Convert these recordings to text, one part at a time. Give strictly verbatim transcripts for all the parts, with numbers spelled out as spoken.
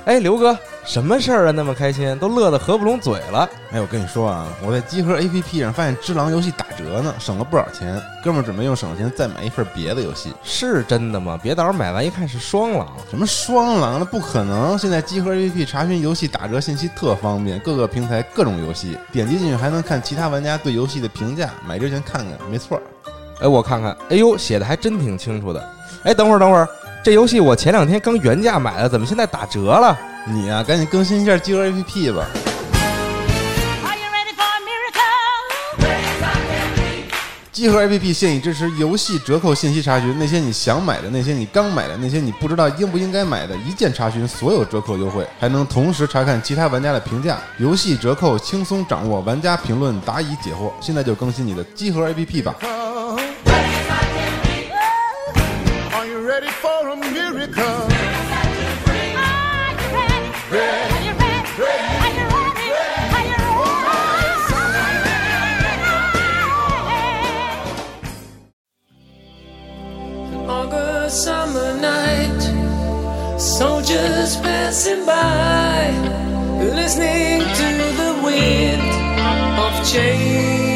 哎，刘哥，什么事儿啊？那么开心，都乐得合不拢嘴了。 哎，我跟你说啊，我在集合 A P P 上发现只狼游戏打折呢，省了不少钱。哥们儿准备用省了钱再买一份别的游戏。 是真的吗？别到时候买完一看是双狼。 什么双狼？那不可能！现在集合 A P P 查询游戏打折信息特方便，各个平台各种游戏，点击进去还能看其他玩家对游戏的评价，买之前看看，没错。 哎，我看看，哎呦，写的还真挺清楚的。哎，等会儿等会儿，这游戏我前两天刚原价买的，怎么现在打折了？ 你啊，赶紧更新一下集合 A P P 吧。集合 A P P 现已支持游戏折扣信息查询，那些你想买的，那些你刚买的，那些你不知道应不应该买的，一键查询所有折扣优惠，还能同时查看其他玩家的评价，游戏折扣轻松掌握，玩家评论答疑解惑。现在就更新你的集合 A P P 吧。 Summer night, soldiers passing by, listening to the wind of change.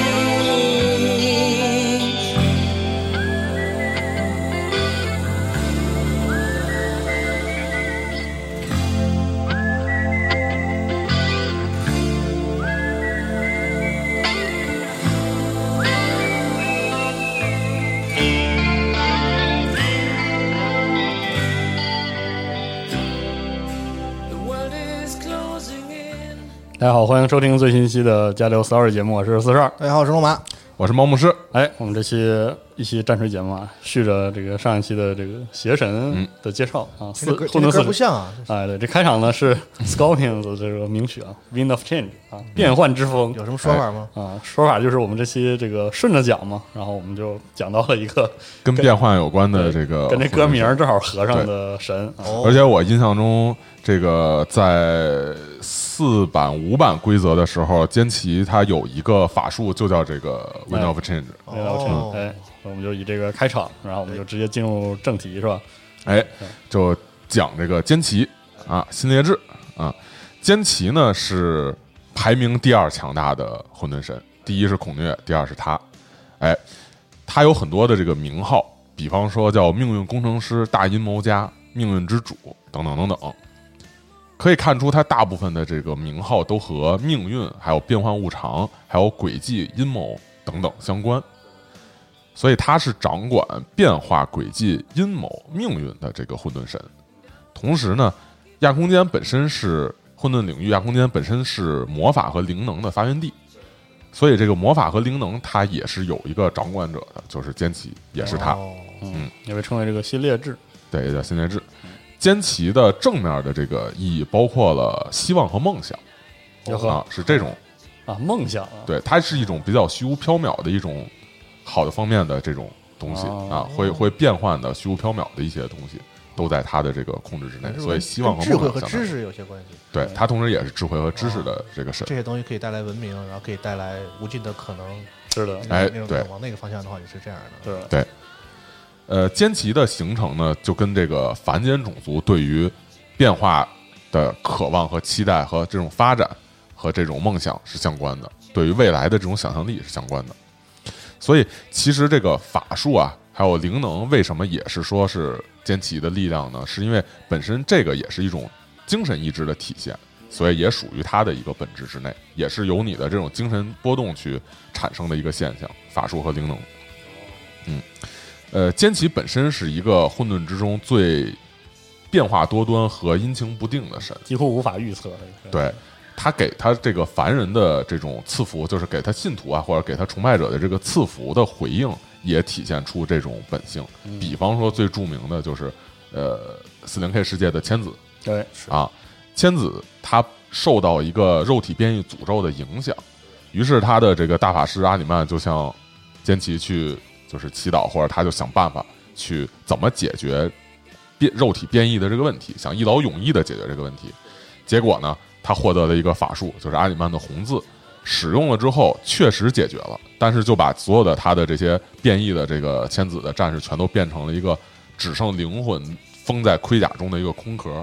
Closing in 大家好，欢迎收听最新一期的加六 Story 节目，我是四十二。 大家好，我是龙马， 我是猫牧师。 哎，我们这期一期战锤节目啊，续着这个上一期的这个邪神的介绍、嗯、啊，四混沌四不像啊。 哎，对，这开场呢是 Scorpions 的这个名曲啊 ，Wind of Change 啊，变幻之风。 有什么说法吗？ 哎、啊，说法就是我们这期这个顺着讲嘛，然后我们就讲到了一个跟变幻有关的这个， 跟这歌名正好合上的神。啊、 而且我印象中，这个在四版五版规则的时候，坚奇他有一个法术就叫这个 Wind of Change。Wind of Change，哎，我们就以这个开场，然后我们就直接进入正题，是吧？ 哎，就讲这个坚奇啊，新烈志啊，坚奇呢是排名第二强大的混沌神，第一是孔虐，第二是他。哎，他有很多的这个名号，比方说叫命运工程师、大阴谋家、命运之主等等等等。可以看出，他大部分的这个名号都和命运、还有变幻无常、还有诡计、阴谋等等相关，所以他是掌管变化、诡计、阴谋、命运的这个混沌神。同时呢，亚空间本身是混沌领域，亚空间本身是魔法和灵能的发源地，所以这个魔法和灵能它也是有一个掌管者的，就是坚奇，也是他， 哦、嗯，也被称为这个新烈志， 对，也叫新烈志。坚奇的正面的这个意义包括了希望和梦想，啊，是这种啊梦想啊， 对，它是一种比较虚无缥缈的一种好的方面的这种东西、哦、啊，会会变换的虚无缥缈的一些东西都在它的这个控制之内，所以希望和梦想智慧和知识有些关系。 对，它同时也是智慧和知识的这个神、哦， 这些东西可以带来文明，然后可以带来无尽的可能。 是的， 哎，对， 往那个方向的话，也是这样的。 对对。呃，坚奇的形成呢，就跟这个凡间种族对于变化的渴望和期待和这种发展和这种梦想是相关的，对于未来的这种想象力是相关的。所以其实这个法术啊，还有灵能，为什么也是说是坚奇的力量呢？是因为本身这个也是一种精神意志的体现，所以也属于它的一个本质之内，也是由你的这种精神波动去产生的一个现象，法术和灵能。嗯。呃，坚奇本身是一个混沌之中最变化多端和阴晴不定的神， 几乎无法预测的。 对，他给他这个凡人的这种赐福，就是给他信徒啊或者给他崇拜者的这个赐福的回应，也体现出这种本性。嗯、比方说最著名的就是呃四零 K 世界的千子， 对啊，千子他受到一个肉体变异诅咒的影响，于是他的这个大法师阿里曼就向坚奇去。就是祈祷，或者他就想办法去怎么解决变肉体变异的这个问题，想一劳永逸的解决这个问题。结果呢，他获得了一个法术，就是阿里曼的红字，使用了之后确实解决了，但是就把所有的他的这些变异的这个千子的战士全都变成了一个只剩灵魂封在盔甲中的一个空壳。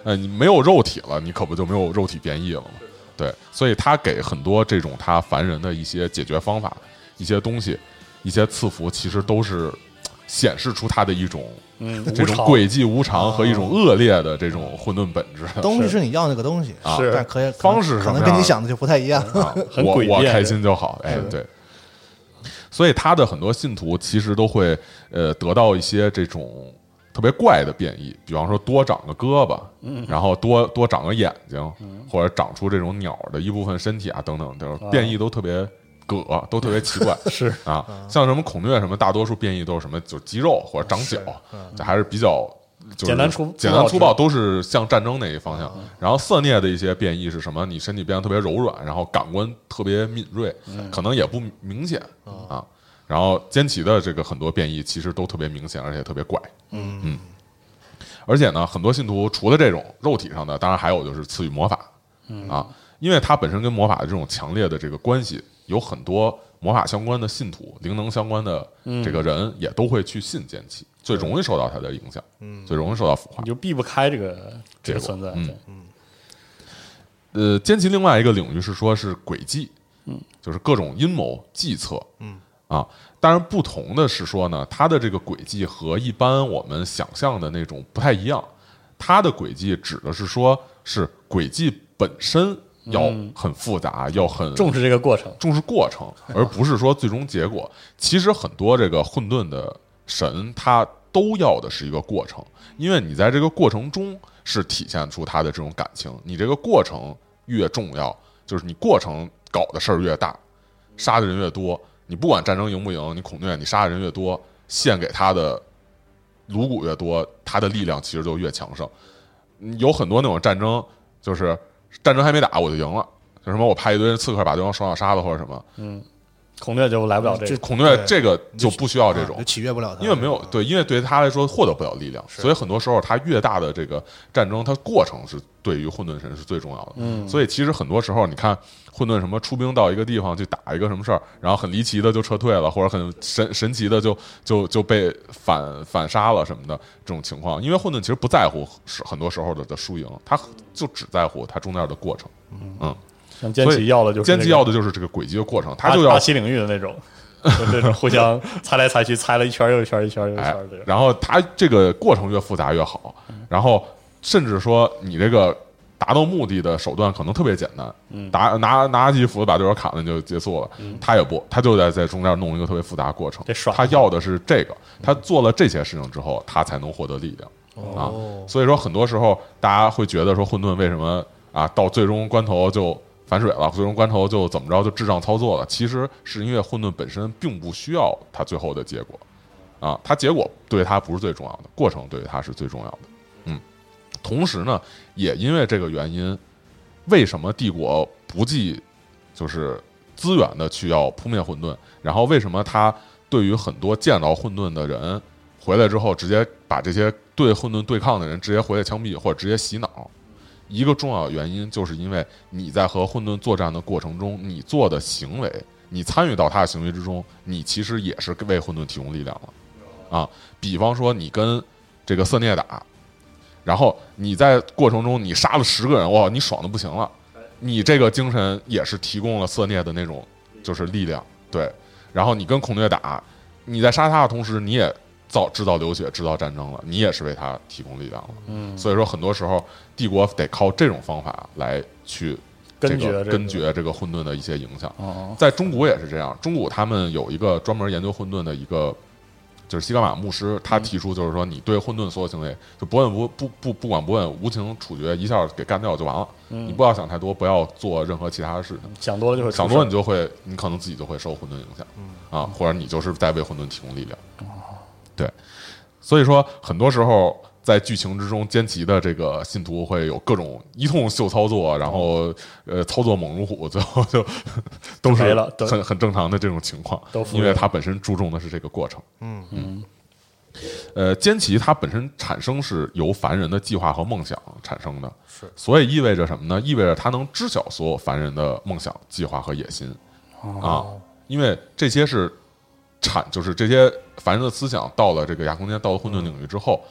呃，你没有肉体了，你可不就没有肉体变异了吗？对，所以他给很多这种他凡人的一些解决方法、一些东西、一些赐福，其实都是显示出他的一种。 嗯， 这种诡计无常和一种恶劣的这种混沌本质， 东西是你要那个东西， 是但可以方式可能跟你想的就不太一样， 啊、我我开心就好，哎，对。所以他的很多信徒其实都会呃得到一些这种特别怪的变异，比方说多长个胳膊，嗯，然后多多长个眼睛，嗯，或者长出这种鸟的一部分身体啊等等，就是变异都特别。葛都特别奇怪， 是啊，像什么孔雀什么，大多数变异都是什么，就是肌肉或者长脚，这还是比较就是简单粗简单粗暴，都是向战争那一方向。然后色孽的一些变异是什么？你身体变得特别柔软，然后感官特别敏锐，可能也不明显啊。然后奸奇的这个很多变异其实都特别明显，而且特别怪，嗯嗯。而且呢，很多信徒除了这种肉体上的，当然还有就是赐予魔法啊，因为它本身跟魔法的这种强烈的这个关系。有很多魔法相关的信徒、灵能相关的这个人也都会去信奸奇，最容易受到它的影响，嗯，最容易受到腐化， 你就避不开这个这个存在。 嗯嗯。呃，奸奇另外一个领域是说是诡计，嗯，就是各种阴谋计策，嗯啊。当然，不同的是说呢，它的这个诡计和一般我们想象的那种不太一样。它的诡计指的是说是诡计本身。要很复杂，嗯、要很重视这个过程， 重视过程，而不是说最终结果。其实很多这个混沌的神，他都要的是一个过程，因为你在这个过程中是体现出他的这种感情。你这个过程越重要，就是你过程搞的事儿越大，杀的人越多。你不管战争赢不赢，你孔虐你杀的人越多，献给他的颅骨越多，他的力量其实就越强盛。有很多那种战争，就是。战争还没打我就赢了，就什么我派一堆刺客把对方双手杀了或者什么， 嗯，孔虐就来不了这个， 孔虐这个就不需要这种， 就启悦不了他， 因为没有对，因为对他来说获得不了力量，所以很多时候他越大的这个战争，它过程是对于混沌神是最重要的，嗯，所以其实很多时候你看混沌什么出兵到一个地方去打一个什么事儿，然后很离奇的就撤退了，或者很神神奇的就就就被反反杀了什么的这种情况，因为混沌其实不在乎是很多时候的的输赢，他就只在乎他中间的过程，嗯。 像奸奇要的就是奸奇要的就是这个诡计的过程，他就要八七领域的那种，这种互相猜来猜去，猜了一圈又一圈，一圈又一圈这个。 然后他这个过程越复杂越好，然后甚至说你这个达到目的的手段可能特别简单，嗯，打拿拿几斧子把对手砍了就结束了，嗯，他也不，他就在在中间弄一个特别复杂的过程，他要的是这个，他做了这些事情之后，他才能获得力量， 哦， 啊，所以说很多时候大家会觉得说混沌为什么啊到最终关头就反水了，最终关头就怎么着就智障操作了，其实是因为混沌本身并不需要它最后的结果，啊，它结果对它不是最重要的，过程对它是最重要的。嗯，同时呢，也因为这个原因，为什么帝国不计就是资源的去要扑灭混沌，然后为什么他对于很多见到混沌的人回来之后，直接把这些对混沌对抗的人直接回来枪毙或者直接洗脑？一个重要的原因就是因为你在和混沌作战的过程中，你做的行为，你参与到他的行为之中，你其实也是为混沌提供力量了啊。比方说你跟这个色孽打，然后你在过程中你杀了十个人，哇，你爽的不行了，你这个精神也是提供了色孽的那种就是力量，对。然后你跟孔虐打，你在杀他的同时，你也造制造流血，制造战争了，你也是为他提供力量了。嗯，所以说很多时候帝国得靠这种方法来去这根绝、这个、根绝这个混沌的一些影响。哦，在中古也是这样，中古他们有一个专门研究混沌的一个，就是西格玛牧师，他提出就是说，你对混沌所有行为就不问不不不不管不问，无情处决，一下给干掉就完了。嗯，你不要想太多，不要做任何其他的事情。 想多了就会想多了，你就会你可能自己就会受混沌影响。嗯啊，或者你就是在为混沌提供力量。哦，对，所以说很多时候在剧情之中，奸奇的这个信徒会有各种一通秀操作，然后呃操作猛如虎，最后就都是很很正常的这种情况，因为它本身注重的是这个过程。嗯嗯。呃，奸奇它本身产生是由凡人的计划和梦想产生的， 是， 所以意味着什么呢？意味着它能知晓所有凡人的梦想、计划和野心。哦，啊，因为这些是产，就是这些凡人的思想到了这个亚空间，到了混沌领域之后，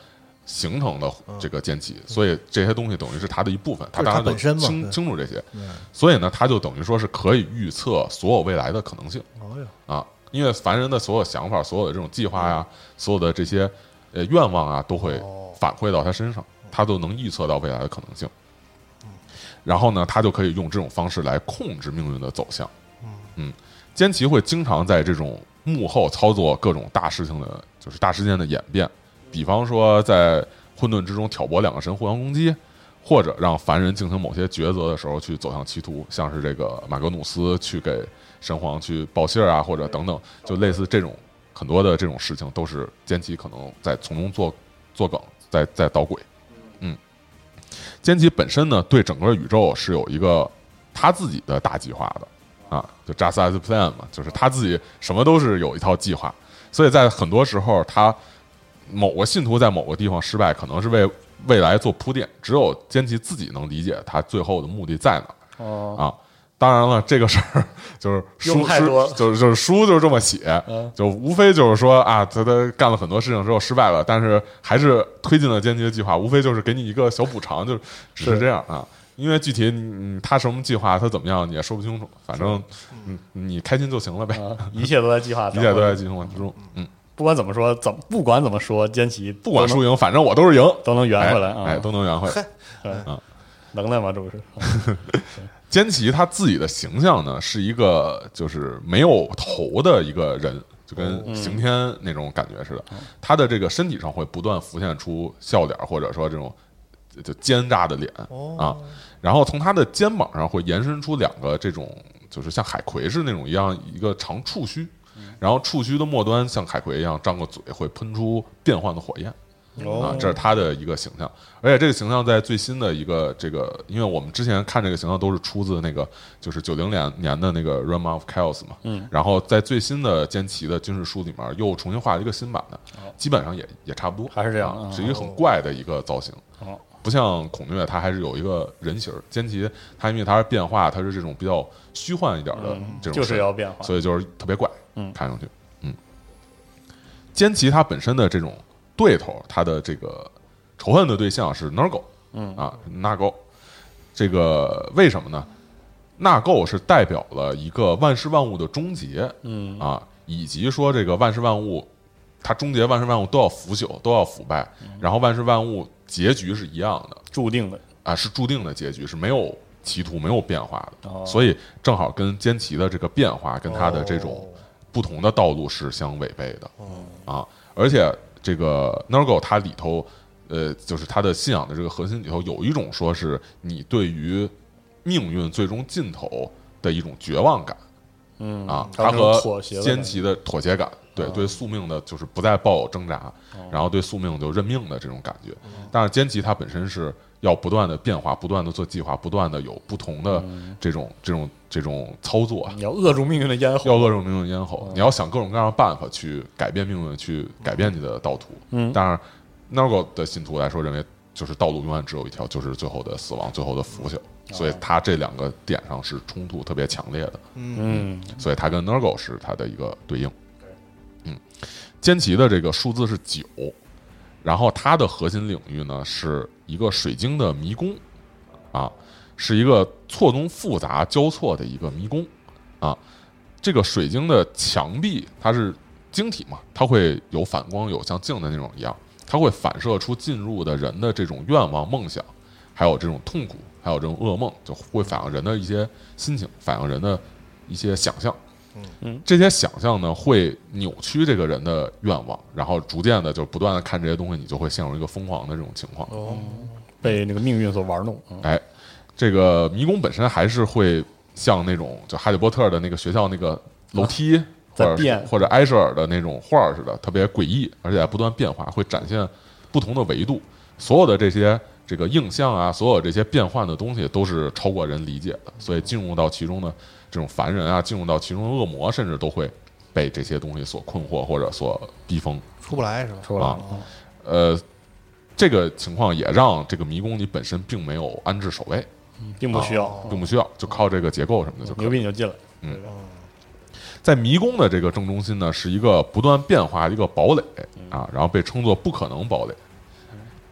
形成的这个奸奇，所以这些东西等于是它的一部分，它就是它当然就本身嘛清对清楚这些， 嗯所以呢，它就等于说是可以预测所有未来的可能性哦哟， 啊，因为凡人的所有想法、所有的这种计划呀、所有的这些呃愿望啊，都会哦反馈到他身上，他都能预测到未来的可能性。然后呢，他就可以用这种方式来控制命运的走向。嗯，奸奇会经常在这种幕后操作各种大事情的，就是大事件的演变，比方说在混沌之中挑拨两个神互相攻击，或者让凡人进行某些抉择的时候去走向歧途，像是这个马格努斯去给神皇去报信啊，或者等等，就类似这种很多的这种事情，都是奸奇可能在从中做做梗，在在捣鬼。嗯，奸奇本身呢，对整个宇宙是有一个他自己的大计划的啊，就 just as plan 嘛，就是他自己什么都是有一套计划，所以在很多时候，他某个信徒在某个地方失败，可能是为未来做铺垫，只有奸奇自己能理解他最后的目的在哪哦啊。当然了，这个事儿就是书用太多了是就是就是书就是这么写， 嗯就无非就是说啊，他他干了很多事情之后失败了，但是还是推进了奸奇的计划，无非就是给你一个小补偿，就只是是这样啊。因为具体你他什么计划，他怎么样你也说不清楚，反正嗯你开心就行了呗， 啊，一切都在计划一当中， 切都在计划之中。嗯， 不管怎么说，怎么不管怎么说，奸奇不管输赢，反正我都是赢， 都能圆回来啊！ 哎，哎都能圆回来。 能耐吗？这不是？ 奸奇他自己的形象呢，是一个就是没有头的一个人，就跟刑天那种感觉似的。他的这个身体上会不断浮现出笑脸，或者说这种就奸诈的脸啊。然后从他的肩膀上会延伸出两个这种，就是像海葵是那种一样一个长触须，然后触须的末端像海葵一样张个嘴，会喷出变幻的火焰。啊，这是他的一个形象，而且这个形象在最新的一个这个，因为我们之前看这个形象都是出自那个就是九零年年的那个 Realm of Chaos 嘛，嗯，然后在最新的奸奇的军事书里面又重新画了一个新版的，基本上也也差不多， 还是这样啊啊是一个很怪的一个造型， 哦， 不像孔虐，它还是有一个人形儿，奸奇它因为它是变化，它是这种比较虚幻一点的这种， 就是要变化， 所以就是特别怪， 嗯看上去，嗯，奸奇它本身的这种对头，它的这个仇恨的对象是 Nurgle， 嗯啊，纳垢，这个为什么呢？纳垢是代表了一个万事万物的终结， 嗯啊，以及说这个万事万物，它终结万事万物都要腐朽，都要腐败，然后万事万物结局是一样的， 注定的， 啊，是注定的结局，是没有歧途、没有变化的， 哦所以正好跟奸奇的这个变化跟它的这种哦不同的道路是相违背的，啊，而且这个 Nurgle 它里头。呃，就是他的信仰的这个核心里头有一种说是你对于命运最终尽头的一种绝望感嗯啊， 还有那他和种妥协的奸奇的妥协感，对对宿命的就是不再抱有挣扎，然后对宿命就认命的这种感觉。但是奸奇它本身是要不断的变化，不断的做计划，不断的有不同的这种这种这种操作啊， 你要扼住命运的咽喉， 要扼住命运咽喉，你要想各种各样的办法去改变命运，去改变你的道途。 嗯当然 Nurgle 的信徒来说，认为就是道路永远只有一条，就是最后的死亡，最后的腐朽。所以他这两个点上是冲突特别强烈的。 嗯所以他跟 Nurgle 是他的一个对应。嗯，奸奇的这个数字是九，然后它的核心领域呢是一个水晶的迷宫，啊，是一个错综复杂交错的一个迷宫，啊，这个水晶的墙壁它是晶体嘛，它会有反光，有像镜的那种一样，它会反射出进入的人的这种愿望、梦想，还有这种痛苦，还有这种噩梦，就会反映人的一些心情，反映人的一些想象。 嗯， 这些想象呢会扭曲这个人的愿望，然后逐渐的就不断的看这些东西，你就会陷入一个疯狂的这种情况。 哦， 被那个命运所玩弄。嗯哎，这个迷宫本身还是会像那种就哈利波特的那个学校那个楼梯，或者在变或者埃舍尔的那种画儿似的，特别诡异，而且还不断变化，会展现不同的维度。所有的这些这个映像啊，所有这些变换的东西都是超过人理解的，所以进入到其中的这种凡人啊，进入到其中的恶魔，甚至都会被这些东西所困惑或者所逼疯。 出不来是吧？ 出来了啊，呃，这个情况也让这个迷宫里本身并没有安置守卫， 并不需要， 并不需要，就靠这个结构什么的就可以牛逼你就进来。 在迷宫的这个正中心呢，是一个不断变化的一个堡垒啊，然后被称作不可能堡垒。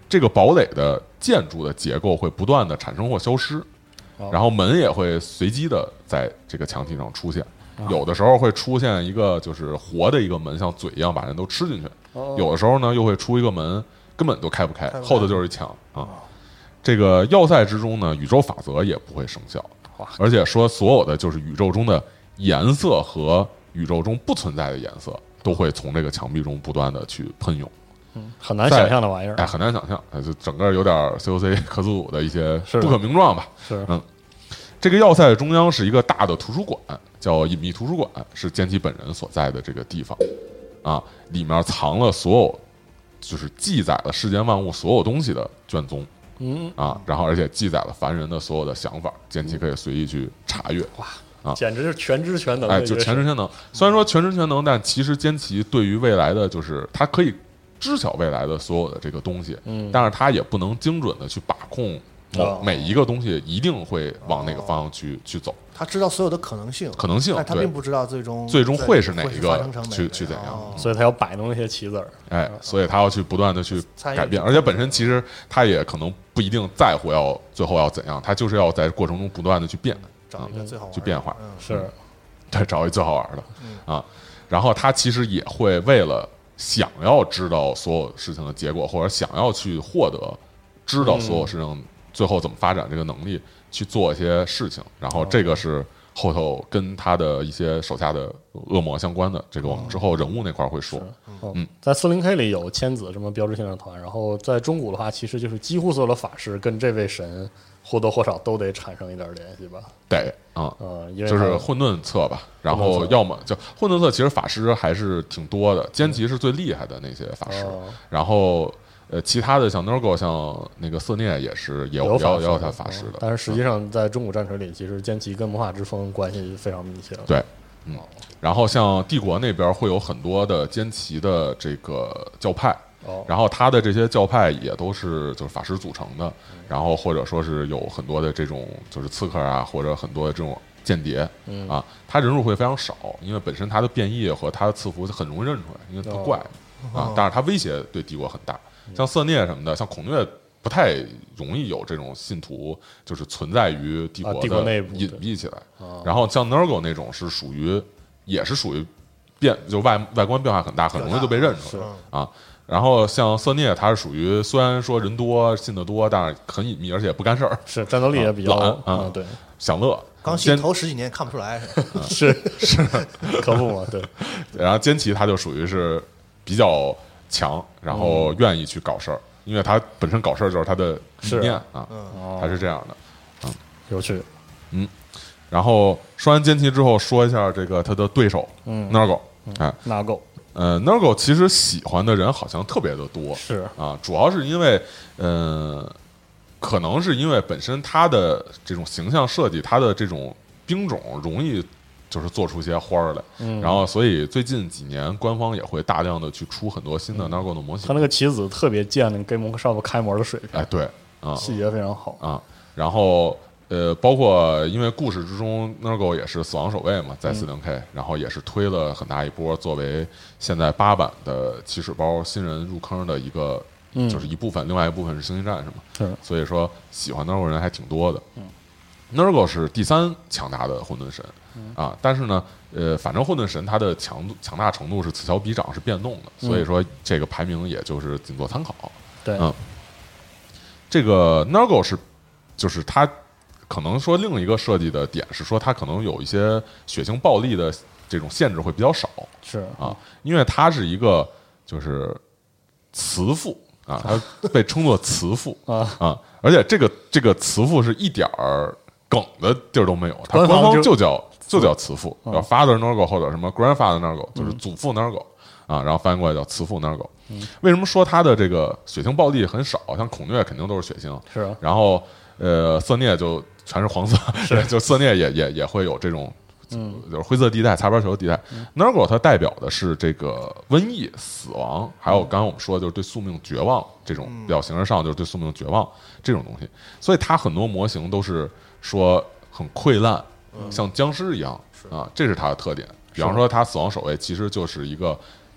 这个堡垒的建筑的结构会不断的产生或消失， 哦然后门也会随机的在这个墙体上出现，有的时候会出现一个就是活的一个门，像嘴一样把人都吃进去， 哦有的时候呢又会出一个门根本都开不开， 开不开后头就是一墙啊。这个要塞之中呢，宇宙法则也不会生效，而且说所有的就是宇宙中的颜色和宇宙中不存在的颜色都会从这个墙壁中不断的去喷涌， 很难想象的玩意儿， 哎，很难想象，哎，就整个有点 C O C 克苏鲁的一些是的不可名状吧。 是嗯，这个要塞的中央是一个大的图书馆，叫隐秘图书馆，是坚奇本人所在的这个地方啊，里面藏了所有就是记载了世间万物所有东西的卷宗。 嗯啊，然后而且记载了凡人的所有的想法，坚奇可以随意去查阅。啊简直是全知全能的哎， 一个人， 就全知全能。虽然说全知全能，但其实坚奇对于未来的，就是他可以知晓未来的所有的这个东西， 嗯但是他也不能精准的去把控某哦每一个东西一定会往哪个方向去去走， 他知道所有的可能性， 可能性对但他并不知道最终最终会是哪会一个发生成哪个去去怎样哦所以他要摆弄那些棋子儿， 哎，所以他要去不断的去参与改变，而且本身其实他也可能不一定在乎要最后要怎样，他就是要在过程中不断的去变， 找一个最好玩的去变化嗯是对，找一最好玩的啊。然后他其实也会为了想要知道所有事情的结果，或者想要去获得知道所有事情最后怎么发展这个能力，去做一些事情。然后这个是后头跟他的一些手下的恶魔相关的，这个我们之后人物那块儿会说。 嗯，在四零 K 里有千子这么标志性的团，然后在中古的话，其实就是几乎所有的法师跟这位神或多或少都得产生一点联系吧。 对啊， 呃，因为就是他混沌册吧，然混沌册后要么就混沌册，其实法师还是挺多的，坚奇是最厉害的那些法师， 哦然后呃，其他的像 Nurgle 像那个色涅也是也有有法师也有也有他法师的， 嗯但是实际上在中古战锤里，其实坚奇跟魔法之风关系非常密切了。 对，嗯，然后像帝国那边会有很多的坚奇的这个教派。 哦， 然后他的这些教派也都是就是法师组成的，然后或者说是有很多的这种就是刺客啊，或者很多的这种间谍， 嗯啊，他人数会非常少，因为本身他的变异和他的赐福很容易认出来，因为他怪啊，但是他威胁对帝国很大，像色涅什么的，像孔虐不太容易有这种信徒就是存在于帝啊国的帝国内部隐蔽起来， 哦然后像 Nurgle 那种是属于也是属于变就外外观变化很大，很容易就被认出来啊。然后像色涅，他是属于虽然说人多信得多，但是很隐秘，而且也不干事儿， 是战斗力也比较懒啊嗯，对， 享乐。 刚信坚头十几年看不出来，是吧是是，可不嘛，对， 然后坚奇他就属于是比较强，然后愿意去搞事儿，因为他本身搞事儿就是他的理是念啊， 哦他是这样的。 有趣， 然后说完坚奇之后，说一下这个他的对手嗯 Nurgle，哎， 那够呃，Nurgle 其实喜欢的人好像特别的多， 是啊，主要是因为，呃，可能是因为本身它的这种形象设计，它的这种兵种容易就是做出一些花儿来， 嗯然后所以最近几年官方也会大量的去出很多新的 Nurgle 的模型， 他那个棋子特别见那个 Game Workshop 开模的水平， 哎，对，啊细节非常好。 啊，然后。呃，包括因为故事之中 Nurgle 也是死亡守卫嘛，在 四零 K，、嗯、然后也是推了很大一波，作为现在八版的起始包新人入坑的一个， 嗯、 就是一部分，另外一部分是星际战士嘛， 是， 所以说喜欢 Nurgle 人还挺多的。 嗯 Nurgle 是第三强大的混沌神、 嗯、 啊，但是呢，呃，反正混沌神它的强度强大程度是此消彼长，是变动的， 嗯、 所以说这个排名也就是仅做参考。 对， 嗯，这个 Nurgle 是就是它。可能说另一个设计的点是说，它可能有一些血腥暴力的这种限制会比较少， 是啊，因为它是一个就是慈父啊，它被称作慈父啊啊，而且这个这个慈父是一点儿梗的地儿都没有，它官方就叫就叫慈父， 嗯叫 Father Nurgle 或者什么 Grandfather Nurgle，就是祖父 Nurgle 啊，然后翻译过来叫慈父 Nurgle。为什么说它的这个血腥暴力很少？像孔虐肯定都是血腥， 是啊， 然后呃色涅就。全是黄色，是就色涅也也也会有这种， 嗯， 就是灰色地带、擦边球地带。嗯、Nurgle 它代表的是这个瘟疫、死亡，还有刚刚我们说的就是对宿命绝望这种比较形而上，就是对宿命绝望这种东西。所以它很多模型都是说很溃烂，像僵尸一样啊，这是它的特点。比方说，它死亡守卫其实就是一个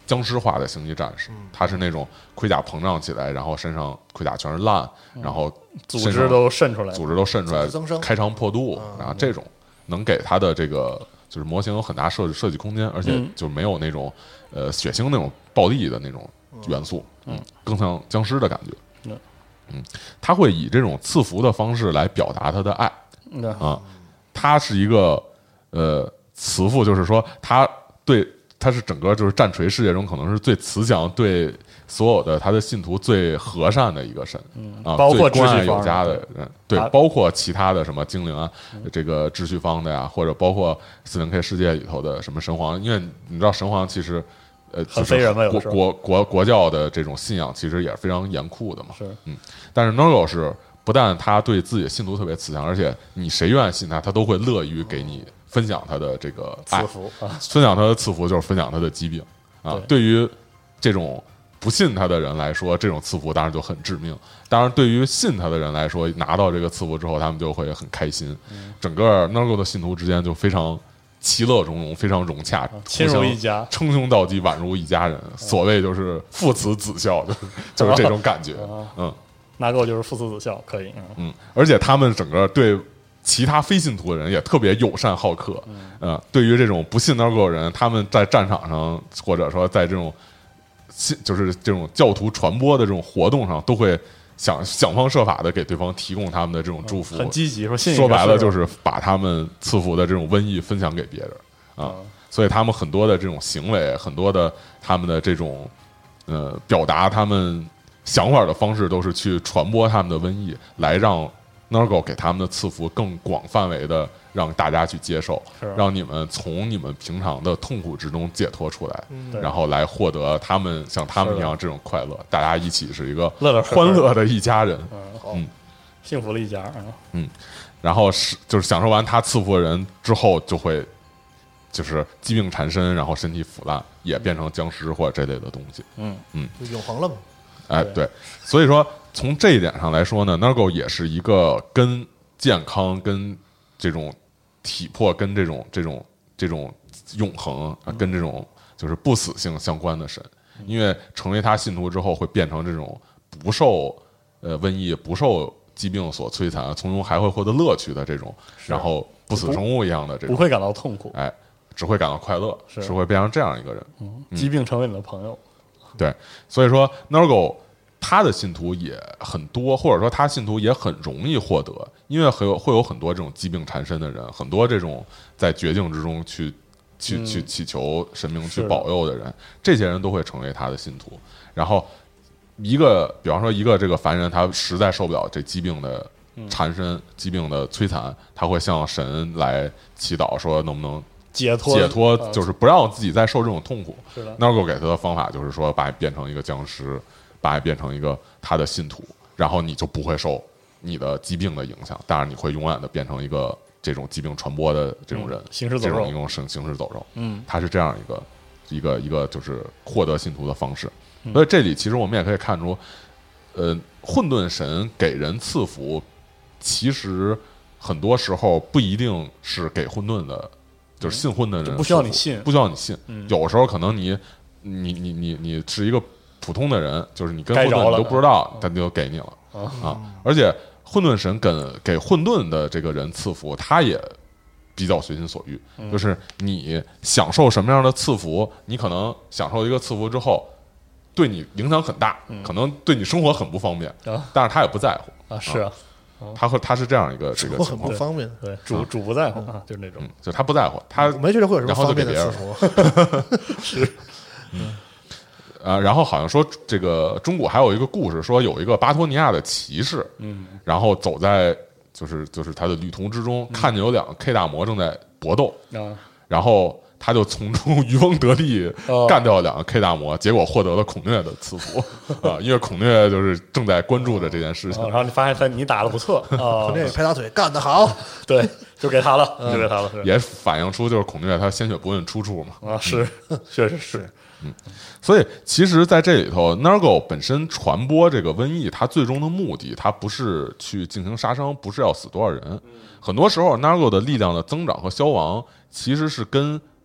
僵尸化的星际战士，他是那种盔甲膨胀起来，然后身上盔甲全是烂，然后组织都渗出来， 组织都渗出来增生， 开肠破肚，然后这种能给他的这个就是模型有很大设计设计空间，而且就没有那种呃血腥那种暴力的那种元素，嗯，更像僵尸的感觉，嗯，他会以这种赐福的方式来表达他的爱，啊，他是一个呃慈父，就是说他对。他是整个就是战锤世界中可能是最慈祥、对所有的他的信徒最和善的一个神，嗯啊， 包括最关爱秩序方有加的人，对，包括其他的什么精灵啊，这个秩序方的呀，或者包括四零 K 世界里头的什么神皇，因为你知道神皇其实呃， 很非人嘛，有国国国国教的这种信仰其实也是非常严酷的嘛， 是， 嗯，但是 Nurgle 是不但他对自己的信徒特别慈祥，而且你谁愿意信他，他都会乐于给你。分享他的这个爱， 赐福啊， 分享他的赐福就是分享他的疾病啊。对, 对于这种不信他的人来说，这种赐福当然就很致命。当然，对于信他的人来说，拿到这个赐福之后，他们就会很开心。嗯、整个 Nurgle 的信徒之间就非常其乐融融，非常融洽，啊、 亲如一家， 称兄道弟，宛如一家人。啊、所谓就是父慈子孝，就是就是这种感觉。啊、嗯 ，Nurgle 就是父慈子孝，可以。嗯, 嗯，而且他们整个对。其他非信徒的人也特别友善好客，嗯、呃，对于这种不信 Nurgle 的人，他们在战场上或者说在这种信就是这种教徒传播的这种活动上，都会想想方设法的给对方提供他们的这种祝福， 嗯、很积极。说信说白了就是把他们赐福的这种瘟疫分享给别人啊，嗯、所以他们很多的这种行为，很多的他们的这种呃表达他们想法的方式，都是去传播他们的瘟疫，来让。Nurgle 给他们的赐福更广范围的让大家去接受，让你们从你们平常的痛苦之中解脱出来， 嗯、 然后来获得他们像他们一样这种快乐，大家一起是一个乐乐欢乐的一家人， 嗯，嗯幸福的一家啊， 嗯，然后是就是享受完他赐福的人之后，就会就是疾病缠身，然后身体腐烂，也变成僵尸或者这类的东西， 嗯嗯， 就永恒了嘛， 哎，对，所以说。从这一点上来说呢 ，Nurgle 也是一个跟健康、跟这种体魄、跟这种这种这种永恒、啊、跟这种就是不死性相关的神。因为成为他信徒之后，会变成这种不受呃瘟疫、不受疾病所摧残，从中还会获得乐趣的这种，然后不死生物一样的这种， 不会感到痛苦， 哎，只会感到快乐， 是, 是会变成这样一个人。 嗯，疾病成为你的朋友。 对，所以说 Nurgle。他的信徒也很多，或者说他信徒也很容易获得，因为会有会有很多这种疾病缠身的人，很多这种在绝境之中去去、嗯、去祈求神明去保佑的人，这些人都会成为他的信徒。然后一个，比方说一个这个凡人，他实在受不了这疾病的缠身、嗯、疾病的摧残，他会向神来祈祷，说能不能解脱解脱，就是不让自己再受这种痛苦。 是的 Nurgle 给他的方法就是说，把你变成一个僵尸。把你变成一个他的信徒，然后你就不会受你的疾病的影响，当然你会永远的变成一个这种疾病传播的这种人， 嗯、行尸走肉， 这种一种行行尸走肉。 嗯， 他是这样一个一个一个就是获得信徒的方式。嗯、所以这里其实我们也可以看出，呃，混沌神给人赐福，其实很多时候不一定是给混沌的，就是信混沌的人不需要你信， 不需要你信。 嗯、 有时候可能你你你你你是一个。普通的人，就是你跟混沌你都不知道，他就给你了啊！而且混沌神跟给混沌的这个人赐福，他也比较随心所欲， 嗯、 就是你享受什么样的赐福，你可能享受一个赐福之后，对你影响很大， 嗯、 可能对你生活很不方便， 啊、 但是他也不在乎啊，是啊， 啊他和他是这样一个这个情况， 很不方便， 对，主主不在乎啊，就是那种， 嗯、就他不在乎，他没觉得会有什么方便的赐福，是，嗯。啊，然后好像说这个中古还有一个故事，说有一个巴托尼亚的骑士， 嗯， 然后走在就是就是他的旅途之中，嗯、看见有两个 K 大魔正在搏斗， 啊， 然后他就从中渔翁得利， 哦、 干掉了两个 K 大魔，结果获得了孔虐的赐福啊，因为孔虐就是正在关注着这件事情， 哦、然后你发现他你打得不错， 孔虐拍大腿干得好， 对，就给他了，嗯、就给他了， 也反映出就是孔虐他鲜血不问出处嘛， 啊，是， 嗯、 确实是。 嗯，所以其实在这里头 Nurgle 本身传播这个瘟疫，它最终的目的，它不是去进行杀伤，不是要死多少人。很多时候 Nurgle 的力量的增长和消亡，其实是跟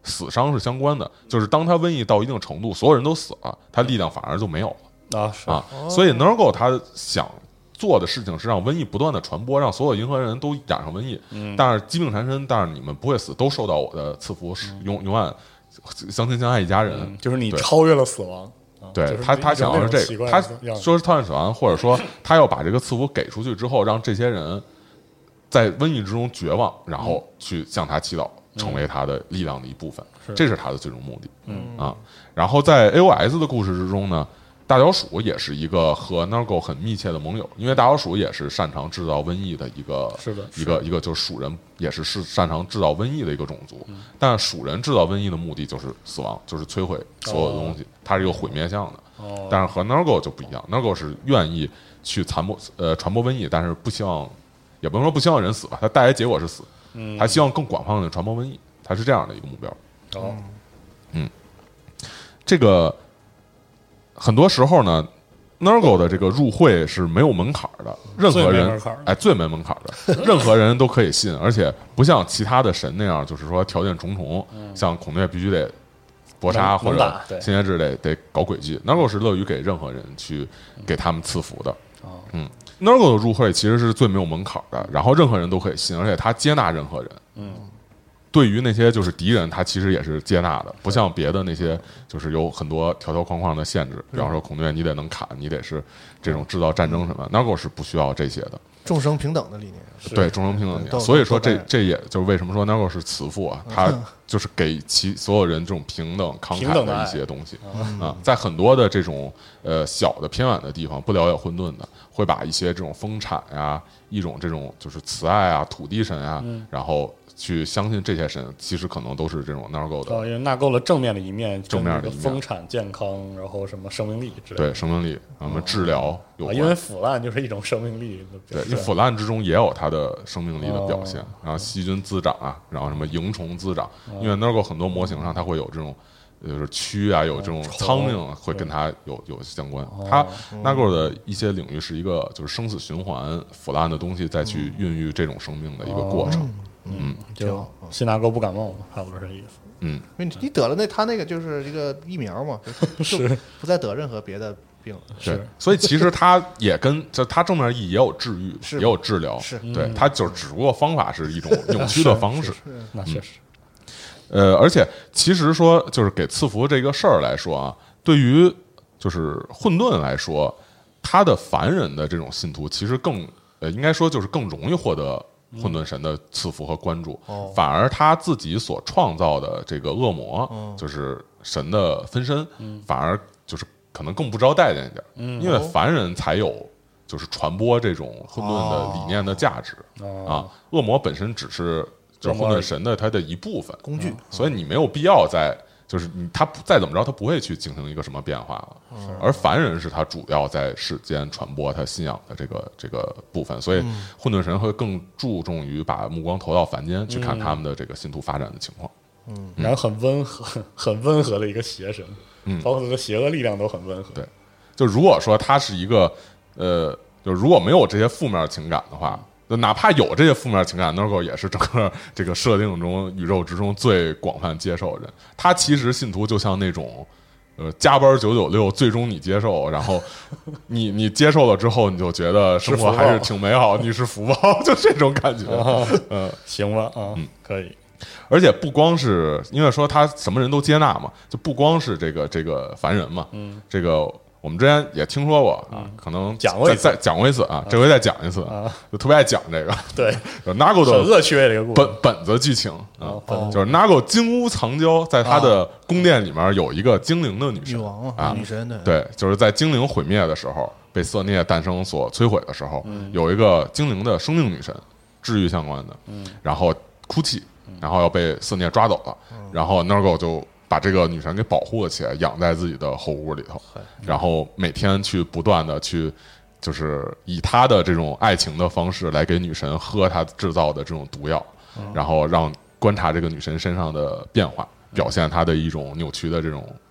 死伤是相关的，就是当他瘟疫到一定程度，所有人都死了，他力量反而就没有了啊是啊。所以 Nurgle 他想做的事情是让瘟疫不断的传播，让所有银河人都染上瘟疫。嗯，但是疾病缠身，但是你们不会死，都受到我的赐福，永永远相亲相爱一家人。 嗯、就是你超越了死亡。 对、 就是、 他，他想要是这个，他说是超越死亡，或者说他要把这个赐福给出去之后，让这些人在瘟疫之中绝望，然后去向他祈祷，嗯、成为他的力量的一部分。 是这是他的最终目的。 嗯啊，然后在 A O S 的故事之中呢，大角鼠也是一个和 Nurgle 很密切的盟友，因为大角鼠也是擅长制造瘟疫的一个， 是的， 一个一个就是鼠人也是是擅长制造瘟疫的一个种族，嗯、但鼠人制造瘟疫的目的就是死亡，就是摧毁所有的东西，哦、它是一个毁灭向的。 哦， 但是和 Nurgle 就不一样 ，Nurgle 是愿意去传播呃传播瘟疫，但是不希望，也不能说不希望人死吧，它带来结果是死， 嗯， 他希望更广泛的传播瘟疫，它是这样的一个目标。 哦， 嗯，这个很多时候呢 ，Nurgle 的这个入会是没有门槛的，任何人哎最没门槛的，任何人都可以信，而且不像其他的神那样，就是说条件重重， 嗯、 像孔雀必须得搏杀或者新节制得得搞诡计 ，Nurgle 是乐于给任何人去给他们赐福的。嗯 ，Nurgle 的入会其实是最没有门槛的，然后任何人都可以信，而且他接纳任何人。 嗯。 对于那些就是敌人，他其实也是接纳的，不像别的那些就是有很多条条框框的限制，比方说孔雀你得能砍，你得是这种制造战争什么 ，Nurgle 是不需要这些的， 众生平等的理念， 对众生平等的理念，所以说这这也就是为什么说 Nurgle 是慈父啊，他就是给其所有人这种平等慷慨的一些东西啊，在很多的这种呃小的偏远的地方，不了解混沌的，会把一些这种丰产呀，一种这种就是慈爱啊、土地神啊，然后。去相信这些神，其实可能都是这种 Nurgle 的， 哦，因为纳够了正面的一面， 正面的一面， 丰产、健康，然后什么生命力之类的， 对生命力，什么治疗有关、 啊，因为腐烂就是一种生命力的表现， 对，腐烂之中也有它的生命力的表现，哦、然后细菌滋长啊，然后什么蝇虫滋长，哦、因为 Nurgle 很多模型上它会有这种。就是蛆啊，有这种苍蝇会跟它有有相关。它 Nurgle 的一些领域是一个就是生死循环、腐烂的东西再去孕育这种生命的一个过程。嗯， 就新纳购不感冒嘛，差不多这意思。 嗯， 因为你得了那他那个就是一个疫苗嘛，是不再得任何别的病。 是，所以其实它也跟就它正面意义也有治愈，也有治疗。 是， 对，它就只不过方法是一种扭曲的方式。 那确实。 呃，而且其实说，就是给赐福这个事儿来说啊，对于就是混沌来说，他的凡人的这种信徒，其实更呃，应该说就是更容易获得混沌神的赐福和关注， 嗯、 反而他自己所创造的这个恶魔，嗯、就是神的分身， 嗯、 反而就是可能更不招待见一点， 嗯、 因为凡人才有就是传播这种混沌的理念的价值、 哦、 啊，恶魔本身只是。就是混沌神的它的一部分工具， 所以你没有必要在就是你他再怎么着他不会去进行一个什么变化了，而凡人是他主要在世间传播他信仰的这个这个部分，所以混沌神会更注重于把目光投到凡间去看他们的这个信徒发展的情况。 嗯，然后很温和很很温和的一个邪神，嗯，包括他的邪恶力量都很温和。 对，就如果说他是一个呃，就如果没有这些负面情感的话。就哪怕有这些负面情感 ，Nurgle 也是整个这个设定中宇宙之中最广泛接受的人。他其实信徒就像那种，呃，加班九九六，最终你接受，然后你你接受了之后，你就觉得生活还是挺美好，你是福报，就这种感觉。 嗯，行吧，啊，嗯，可以。 而且不光是因为说他什么人都接纳嘛，就不光是这个这个凡人嘛， 嗯， 这个。我们之前也听说过啊，可能讲过一次， 再讲过一次啊，这回再讲一次啊， 就特别爱讲这个。 对 ，Nurgle 的很恶趣味的一个故事，本本子剧情啊， 就是 Nurgle 金屋藏娇，在他的宫殿里面有一个精灵的女神， 女王啊， 女神对，就是在精灵毁灭的时候，被色孽诞生所摧毁的时候，有一个精灵的生命女神，治愈相关的，然后哭泣，然后要被色孽抓走了，然后 Nurgle 就。把这个女神给保护了起来，养在自己的后屋里头，然后每天去不断的去，就是以他的这种爱情的方式来给女神喝他制造的这种毒药，然后让观察这个女神身上的变化，表现她的一种扭曲的这种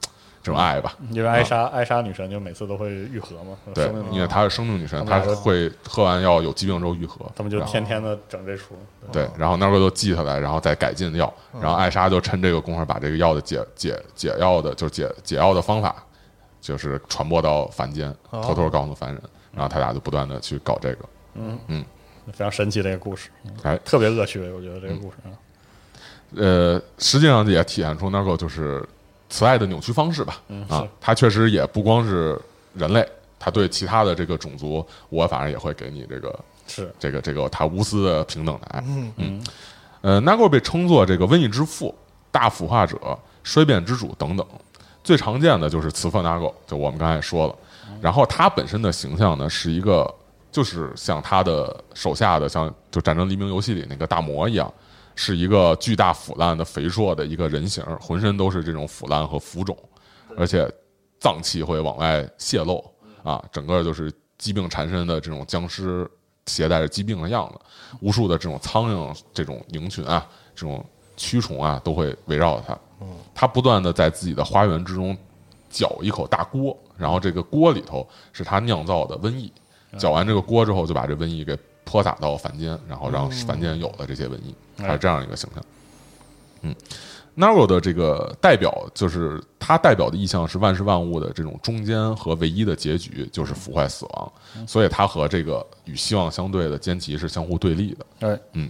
这种爱吧。 因为艾莎艾莎女神就每次都会愈合嘛， 对生命， 因为她是生命女神，她他们俩会喝完药有疾病之后愈合， 他们就然后天天的整这出。 对，然后那个都记下来，然后再改进药，然后艾莎就趁这个功夫把这个药的解解解药的，就是解解药的方法，就是传播到凡间，偷偷告诉凡人，然后他俩就不断的去搞这个， 嗯嗯， 非常神奇的一个故事， 哎， 特别恶趣味，我觉得这个故事啊， 呃，实际上也体现出那个就是慈爱的扭曲方式吧， 嗯啊，他确实也不光是人类，他对其他的这个种族，我反正也会给你这个。 是这个这个他无私的平等的爱， 嗯嗯，呃 n a g o 被称作这个瘟疫之父、大腐化者、衰变之主等等，最常见的就是慈父 n a g o 就我们刚才也说了，然后他本身的形象呢是一个，就是像他的手下的像就战争黎明游戏里那个大魔一样，是一个巨大腐烂的肥硕的一个人形，浑身都是这种腐烂和浮肿，而且脏器会往外泄露啊，整个就是疾病缠身的这种僵尸。携带着疾病的样子，无数的这种苍蝇、这种蝇群啊、这种蛆虫啊，都会围绕着它。它不断的在自己的花园之中搅一口大锅，然后这个锅里头是它酿造的瘟疫。搅完这个锅之后，就把这瘟疫给泼洒到凡间，然后让凡间有了这些瘟疫，它是这样一个形象。嗯。Nago 的这个代表就是它代表的意象是万事万物的这种中间和唯一的结局，就是腐坏死亡，所以它和这个与希望相对的坚奇是相互对立的。 哎， 嗯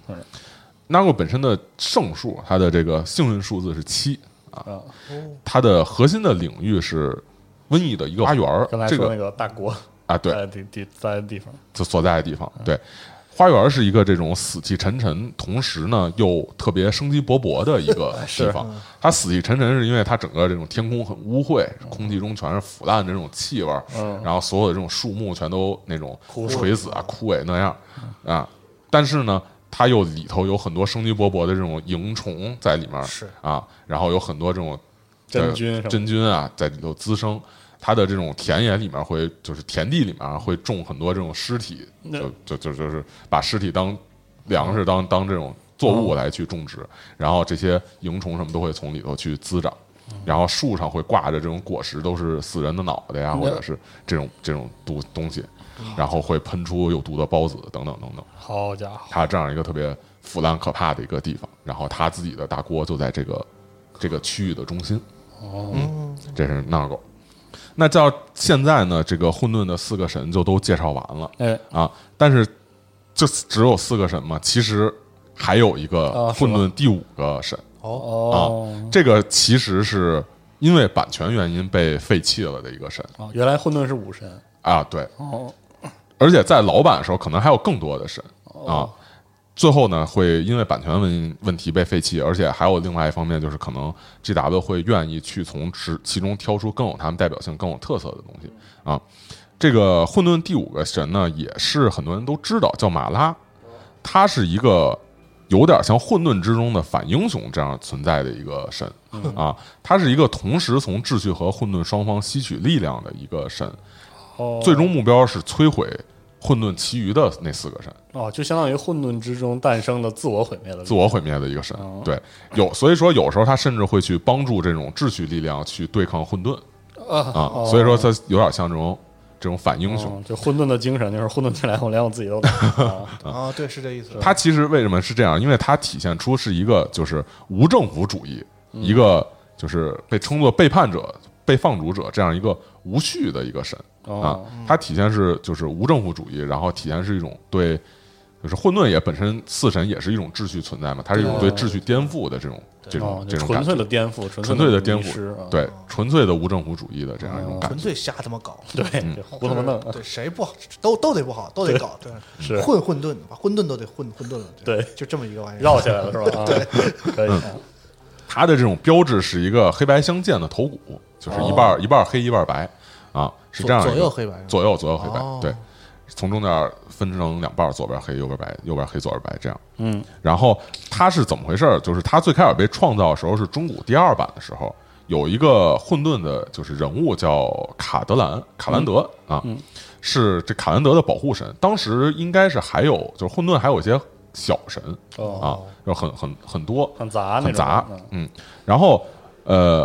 ，Nago 本身的圣数，它的这个幸运数字是七啊，它的核心的领域是瘟疫的一个花园，这个刚才说那个大国啊，对， 在地地在的地方， 就所在的地方，对。花园是一个这种死气沉沉，同时呢又特别生机勃勃的一个地方。它死气沉沉是因为它整个这种天空很污秽，空气中全是腐烂的这种气味， 嗯、 然后所有的这种树木全都那种枯垂死啊、枯萎那样啊。但是呢，它又里头有很多生机勃勃的这种蝇虫在里面， 是啊，然后有很多这种真菌真菌啊在里头滋生。它的这种田野里面会，就是田地里面会种很多这种尸体，就就就就是把尸体当粮食当当这种作物来去种植，然后这些蝇虫什么都会从里头去滋长，然后树上会挂着这种果实，都是死人的脑袋呀，或者是这种这种毒东西，然后会喷出有毒的孢子等等等等。 好家伙， 它这样一个特别腐烂可怕的一个地方，然后它自己的大锅就在这个这个区域的中心。 哦， 嗯，这是 Nago。那到现在呢，这个混沌的四个神就都介绍完了， 哎啊，但是就只有四个神嘛，其实还有一个混沌第五个神哦， 啊，这个其实是因为版权原因被废弃了的一个神啊，原来混沌是五神啊，对， 哦， 而且在老版的时候可能还有更多的神啊。最后呢，会因为版权问问题被废弃，而且还有另外一方面，就是可能 G W 会愿意去从其其中挑出更有他们代表性、更有特色的东西啊。这个混沌第五个神呢，也是很多人都知道，叫马拉，他是一个有点像混沌之中的反英雄这样存在的一个神啊。他是一个同时从秩序和混沌双方吸取力量的一个神，最终目标是摧毁混沌其余的那四个神哦，就相当于混沌之中诞生的自我毁灭的自我毁灭的一个神， 哦、 对，有所以说有时候他甚至会去帮助这种秩序力量去对抗混沌啊、 啊，所以说他有点像这种这种反英雄， 哦、就混沌的精神就是混沌进来后连我自己都打啊、哦，对，是这意思。 他其实为什么是这样？因为他体现出是一个就是无政府主义， 嗯、 一个就是被称作背叛者、被放逐者这样一个无序的一个神。啊，它体现是就是无政府主义，然后体现是一种对，就是混沌也本身四神也是一种秩序存在嘛，它是一种对秩序颠覆的这种这种这种纯粹的颠覆， 纯粹的颠覆， 对，纯粹的无政府主义的这样一种感觉， 纯粹瞎他妈搞， 对，胡他妈弄， 对，谁不好都都得不好，都得搞，对， 是混混沌，把混沌都得混混沌了， 对， 就这么一个玩意儿， 绕起来了是吧？ 对， 可以。 它的这种标志是一个黑白相间的头骨，就是一半一半黑一半白。啊，是这样， 左右黑白， 左右左右黑白， 哦、 对，从中间分成两半，左边黑，右边白，右边黑，左边白，这样。 嗯， 然后它是怎么回事？就是它最开始被创造的时候是中古第二版的时候，有一个混沌的，就是人物叫卡德兰卡兰德、 嗯、 啊，是这卡兰德的保护神。当时应该是还有，就是混沌还有一些小神、 哦、 啊，就很很很多， 很杂很杂，嗯，然后呃。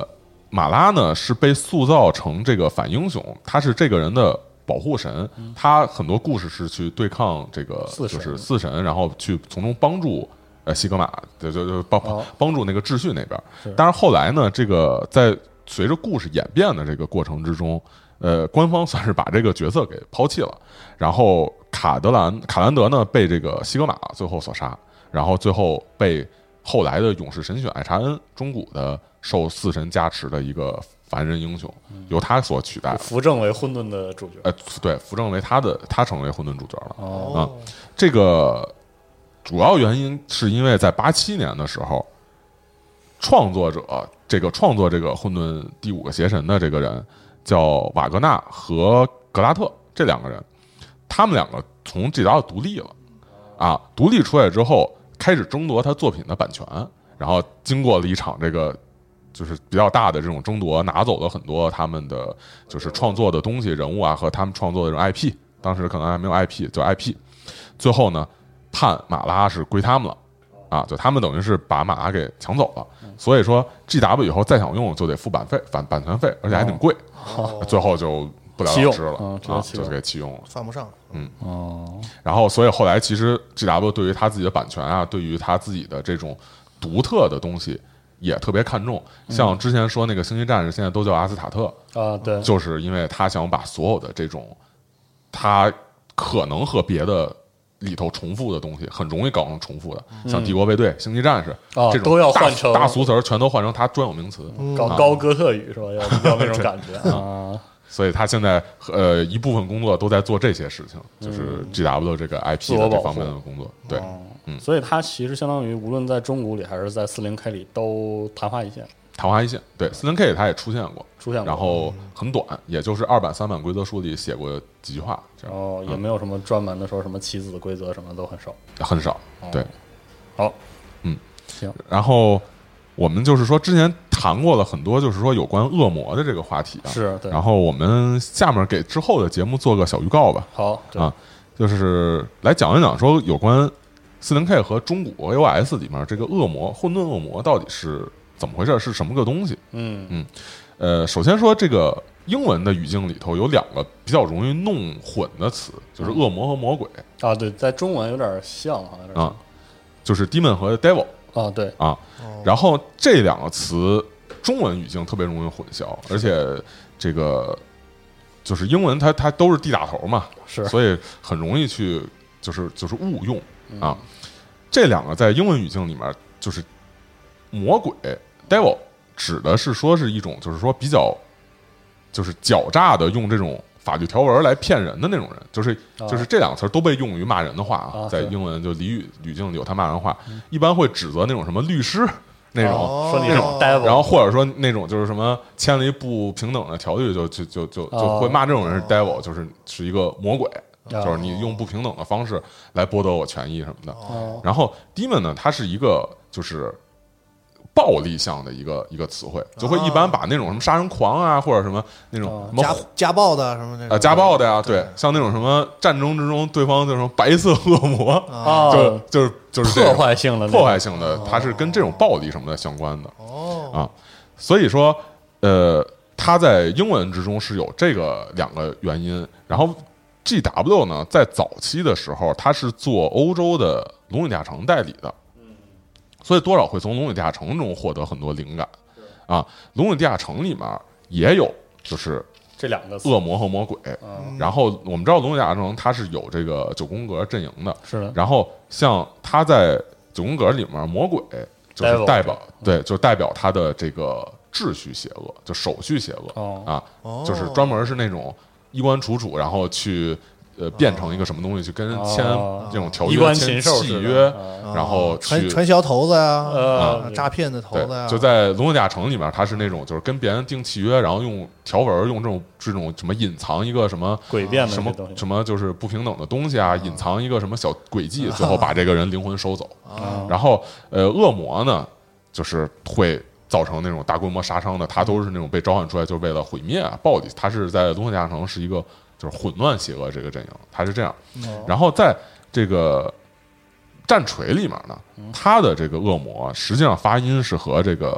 马拉呢是被塑造成这个反英雄，他是这个人的保护神，他很多故事是去对抗这个四神就是四神，然后去从中帮助呃西格玛，就就就帮哦帮助那个秩序那边是。 但是后来呢，这个在随着故事演变的这个过程之中，呃，官方算是把这个角色给抛弃了，然后卡德兰卡兰德呢被这个西格玛最后所杀，然后最后被后来的勇士神选艾查恩中古的受四神加持的一个凡人英雄，由他所取代了。 扶正为混沌的主角。 呃，对，扶正为他的，他成为混沌主角了。 哦， 啊，这个主要原因是因为在八七年的时候，创作者这个创作这个混沌第五个邪神的这个人叫瓦格纳和格拉特这两个人，他们两个从 G W 独立了啊，独立出来之后开始争夺他作品的版权，然后经过了一场这个就是比较大的这种争夺，拿走了很多他们的就是创作的东西、人物啊和他们创作的这种 I P， 当时可能还没有 I P， 就 I P， 最后呢判马拉是归他们了。啊，就他们等于是把马拉给抢走了，所以说 G W 以后再想用就得付版费、版版权费，而且还挺贵， 哦最后就不了弃用了之了嗯直接啊， 弃用就是给弃用了。 犯不上。 哦， 然后，所以后来其实 G W 对于他自己的版权啊，对于他自己的这种独特的东西也特别看重。像之前说那个星际战士，现在都叫阿斯塔特， 啊，对， 就是因为他想把所有的这种他可能和别的里头重复的东西，很容易搞成重复的，像帝国卫队、星际战士哦这种都要大换成大俗词儿，全都换成他专有名词。 高高哥特语是吧？要要那种感觉啊。 所以他现在呃一部分工作都在做这些事情，就是 G W 这个 I P 自我保护的这方面的工作。对，嗯所以它其实相当于无论在中古里还是在四零 K 里都昙花一现昙花一现。对，四零 K 它也出现过， 出现过， 然后很短，也就是二版、三版规则书里写过几句话，这样然后也没有什么专门的说什么棋子的规则什么都很少。 很少。对， 好， 嗯， 行， 然后我们就是说之前谈过了很多，就是说有关恶魔的这个话题啊。 是对。 然后我们下面给之后的节目做个小预告吧。 好，对啊，就是来讲一讲说有关四零 K 和中古 A O S 里面这个恶魔、混沌恶魔到底是怎么回事，是什么个东西？ 嗯嗯，呃，首先说这个英文的语境里头有两个比较容易弄混的词，就是恶魔和魔鬼啊，对，在中文有点像，好像有点啊，就是 demon 和 devil 像啊，对， 啊。然后这两个词中文语境特别容易混淆，而且这个就是英文它它都是 D 打头嘛， 是， 所以很容易去就是就是误用啊。这两个在英文语境里面，就是魔鬼 devil 指的是说是一种就是说比较就是狡诈的用这种法律条文来骗人的那种人，就是就是这两个词儿都被用于骂人的话啊， 啊在英文就俚语语境里有他骂人话，一般会指责那种什么律师那种。 哦说你是 devil， 然后或者说那种就是什么签了一不平等的条约，就就就就就会骂这种人是 devil，就是是一个魔鬼，就是你用不平等的方式来剥夺我权益什么的。 哦然后 demon 呢，它是一个就是暴力向的一个一个词汇，就会一般把那种什么杀人狂啊，或者什么那种什么家家暴的什么那呃家暴的呀，对，像那种什么战争之中对方就是什么白色恶魔， 啊， 就就是就是这破种坏性的破坏性的，它是跟这种暴力什么的相关的。 哦啊，所以说，呃，它在英文之中是有这个两个原因。然后 G W 呢，在早期的时候，它是做欧洲的龙与地下城代理的，所以多少会从龙与地下城中获得很多灵感。啊，龙与地下城里面也有就是这两个词恶魔和魔鬼。 嗯然后我们知道龙与地下城它是有这个九宫格阵营的， 是的， 然后像它在九宫格里面，魔鬼就是代表 Devil 对，就代表它的这个秩序邪恶，就手续邪恶、 哦啊， 哦就是专门是那种衣冠楚楚，然后去呃变成一个什么东西去跟人签哦这种条约、 衣冠签禽兽似的契约， 啊然后去传传销头子呀， 呃啊诈骗的头子呀， 对，就在龙与地下城里面，它是那种就是跟别人订契约，然后用条文用这种这种什么隐藏一个什么诡辩的什么这东西什么就是不平等的东西啊，隐藏一个什么小诡计，最后把这个人灵魂收走。 啊然后呃，恶魔呢，就是会造成那种大规模杀伤的，它都是那种被召唤出来就是为了毁灭啊、暴力。它是在龙与地下城是一个就是混乱邪恶这个阵营，它是这样。然后在这个战锤里面呢，它的这个恶魔实际上发音是和这个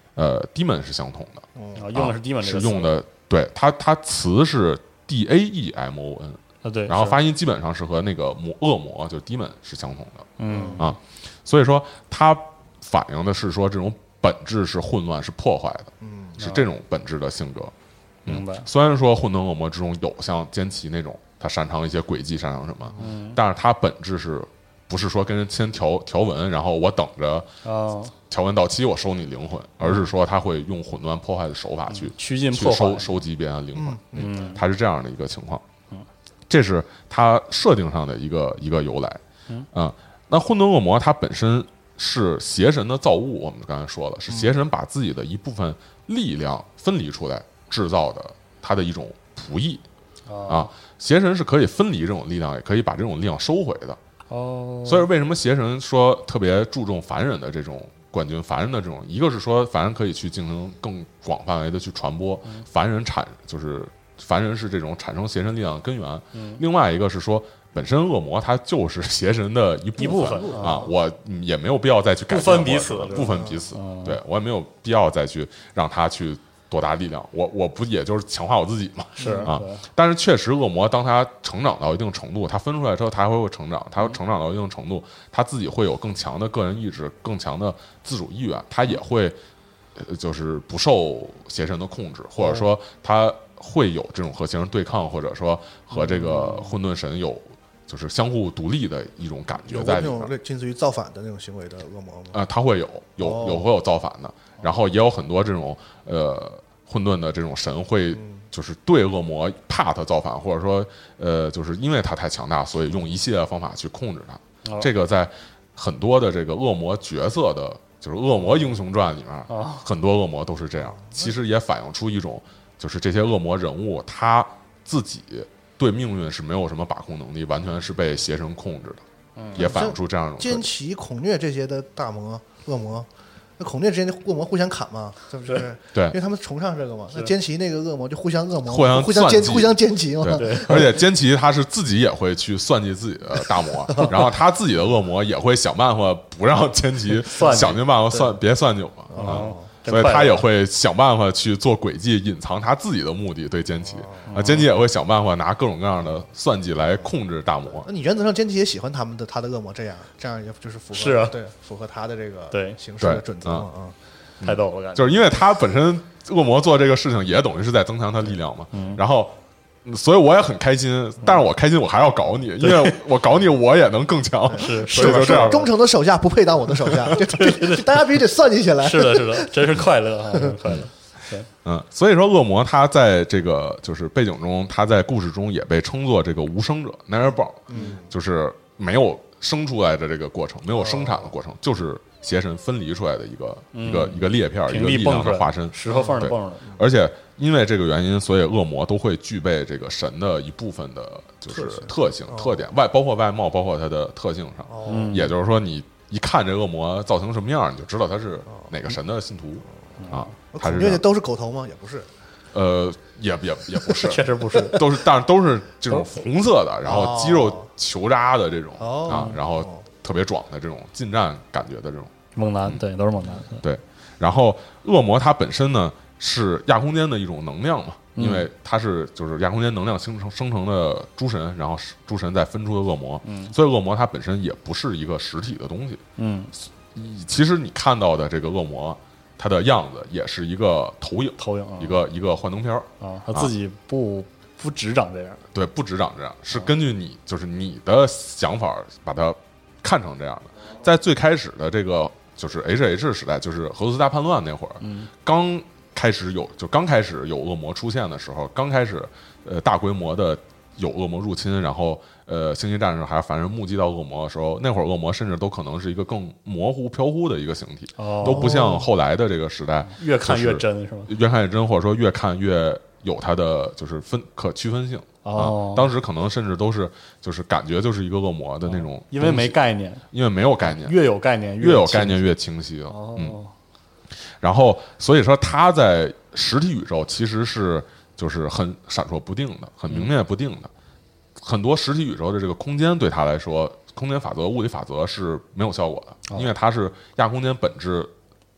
呃 Demon 是相同的， 啊，用的是 Demon 这个词是用的，对它它词是 D A E M O N 啊，对， 然后是发音基本上是和那个魔恶魔就是 Demon 是相同的嗯啊，所以说它反映的是说这种本质是混乱是破坏的， 嗯， 是这种本质的性格。 明白， 虽然说混沌恶魔之中有像奸奇那种，他擅长一些诡计，擅长什么， 嗯但是他本质是不是说跟人签条条文，然后我等着啊， 条文到期我收你灵魂，而是说他会用混乱破坏的手法去趋近去破坏， 收收集别人的灵魂， 嗯他是这样的一个情况，这是他设定上的一个一个由来， 嗯啊，那混沌恶魔它本身是邪神的造物，我们刚才说了，是邪神把自己的一部分力量分离出来制造的，他的一种仆役啊，邪神是可以分离这种力量，也可以把这种力量收回的。 哦， 所以为什么邪神说特别注重凡人的这种冠军，凡人的这种，一个是说凡人可以去进行更广范围的去传播，凡人产就是凡人是这种产生邪神力量的根源，另外一个是说。本身恶魔它就是邪神的一部分一部分啊，我也没有必要再去改变不分彼此我是吧不分彼此， 嗯对我也没有必要再去让他去多大力量，我我不也就是强化我自己嘛， 是啊对， 但是确实恶魔当他成长到一定程度，他分出来之后他还会成长，他成长到一定程度，他自己会有更强的个人意志，更强的自主意愿，他也会呃就是不受邪神的控制，或者说他会有这种和邪神对抗，或者说和这个混沌神有就是相互独立的一种感觉有过那在里面种类近似于造反的那种行为的恶魔吗？ 啊、他会有有哦有会有造反的，然后也有很多这种呃混沌的这种神会就是对恶魔怕他造反，或者说呃就是因为他太强大，所以用一系列方法去控制他。 哦这个在很多的这个恶魔角色的，就是《恶魔英雄传》里面， 哦很多恶魔都是这样。其实也反映出一种，就是这些恶魔人物他自己对命运是没有什么把控能力，完全是被邪神控制的，也反映出这样一种特奸点。 奇、孔虐这些的大魔恶魔，那孔虐之间的恶魔互相砍嘛，是不是？ 对因为他们崇尚这个嘛。那奸奇那个恶魔就互相恶魔， 互相互相奸算计互相奸奇嘛。 对，而且奸奇他是自己也会去算计自己的大魔，然后他自己的恶魔也会想办法不让奸奇算计想尽办法算别算计我啊， 哦所以他也会想办法去做诡计，隐藏他自己的目的对奸奇啊，奸奇也会想办法拿各种各样的算计来控制大魔。 那你原则上奸奇也喜欢他们的他的恶魔这样，这样也就是符合是啊对符合他的这个对形式的对准则嘛啊。 太逗了，感觉就是因为他本身恶魔做这个事情也等于是在增强他力量嘛， 嗯然后。所以我也很开心，但是我开心，我还要搞你，因为我搞你，我也能更强， 是所以就这样。 忠诚的手下不配当我的手下，这这大家必须得算计起来。 是的，是的，真是快乐啊，真是快乐。 嗯，所以说恶魔他在这个就是背景中，他在故事中也被称作这个无生者 （never born），嗯，就是没有生出来的这个过程，没有生产的过程，就是邪神分离出来的一个、一个一个裂片，一平个力地蹦出来量的化身， 石头缝儿里对蹦出来， 而且因为这个原因，所以恶魔都会具备这个神的一部分的，就是特性、特点，外包括外貌，包括它的特性上。 嗯也就是说，你一看这恶魔造成什么样，你就知道他是哪个神的信徒啊。他是这样孔虐的都是狗头吗？也不是。 呃，也也也不是， 确实不是， 都是，但是都是这种红色的，然后肌肉球渣的这种哦啊，然后特别壮的这种近战感觉的这种。 猛男，对，都是猛男。 对，然后恶魔它本身呢是亚空间的一种能量嘛，因为它是就是亚空间能量形成生成的诸神，然后诸神再分出的恶魔， 嗯， 所以恶魔它本身也不是一个实体的东西。 嗯， 其实你看到的这个恶魔，它的样子也是一个投影， 投影啊一个一个幻灯片儿啊，他自己不不只长这样， 对，不只长这样，是根据你就是你的想法把它看成这样的。在最开始的这个就是 H H 时代，就是荷鲁斯大叛乱那会儿， 嗯， 刚开始有就刚开始有恶魔出现的时候，刚开始呃大规模的有恶魔入侵，然后呃星际战士还有凡人目击到恶魔的时候，那会儿恶魔甚至都可能是一个更模糊飘忽的一个形体， 哦都不像后来的这个时代越看越就是真是吗？ 越看越真，或者说越看越有它的就是分可区分性。 哦啊，当时可能甚至都是就是感觉就是一个恶魔的那种东西， 因为没概念， 因为没有概念， 越有概念越有清概念越清晰了。 哦， 嗯，然后所以说他在实体宇宙其实是就是很闪烁不定的，很明灭不定的。很多实体宇宙的这个空间对他来说，空间法则、物理法则是没有效果的，因为它是亚空间本质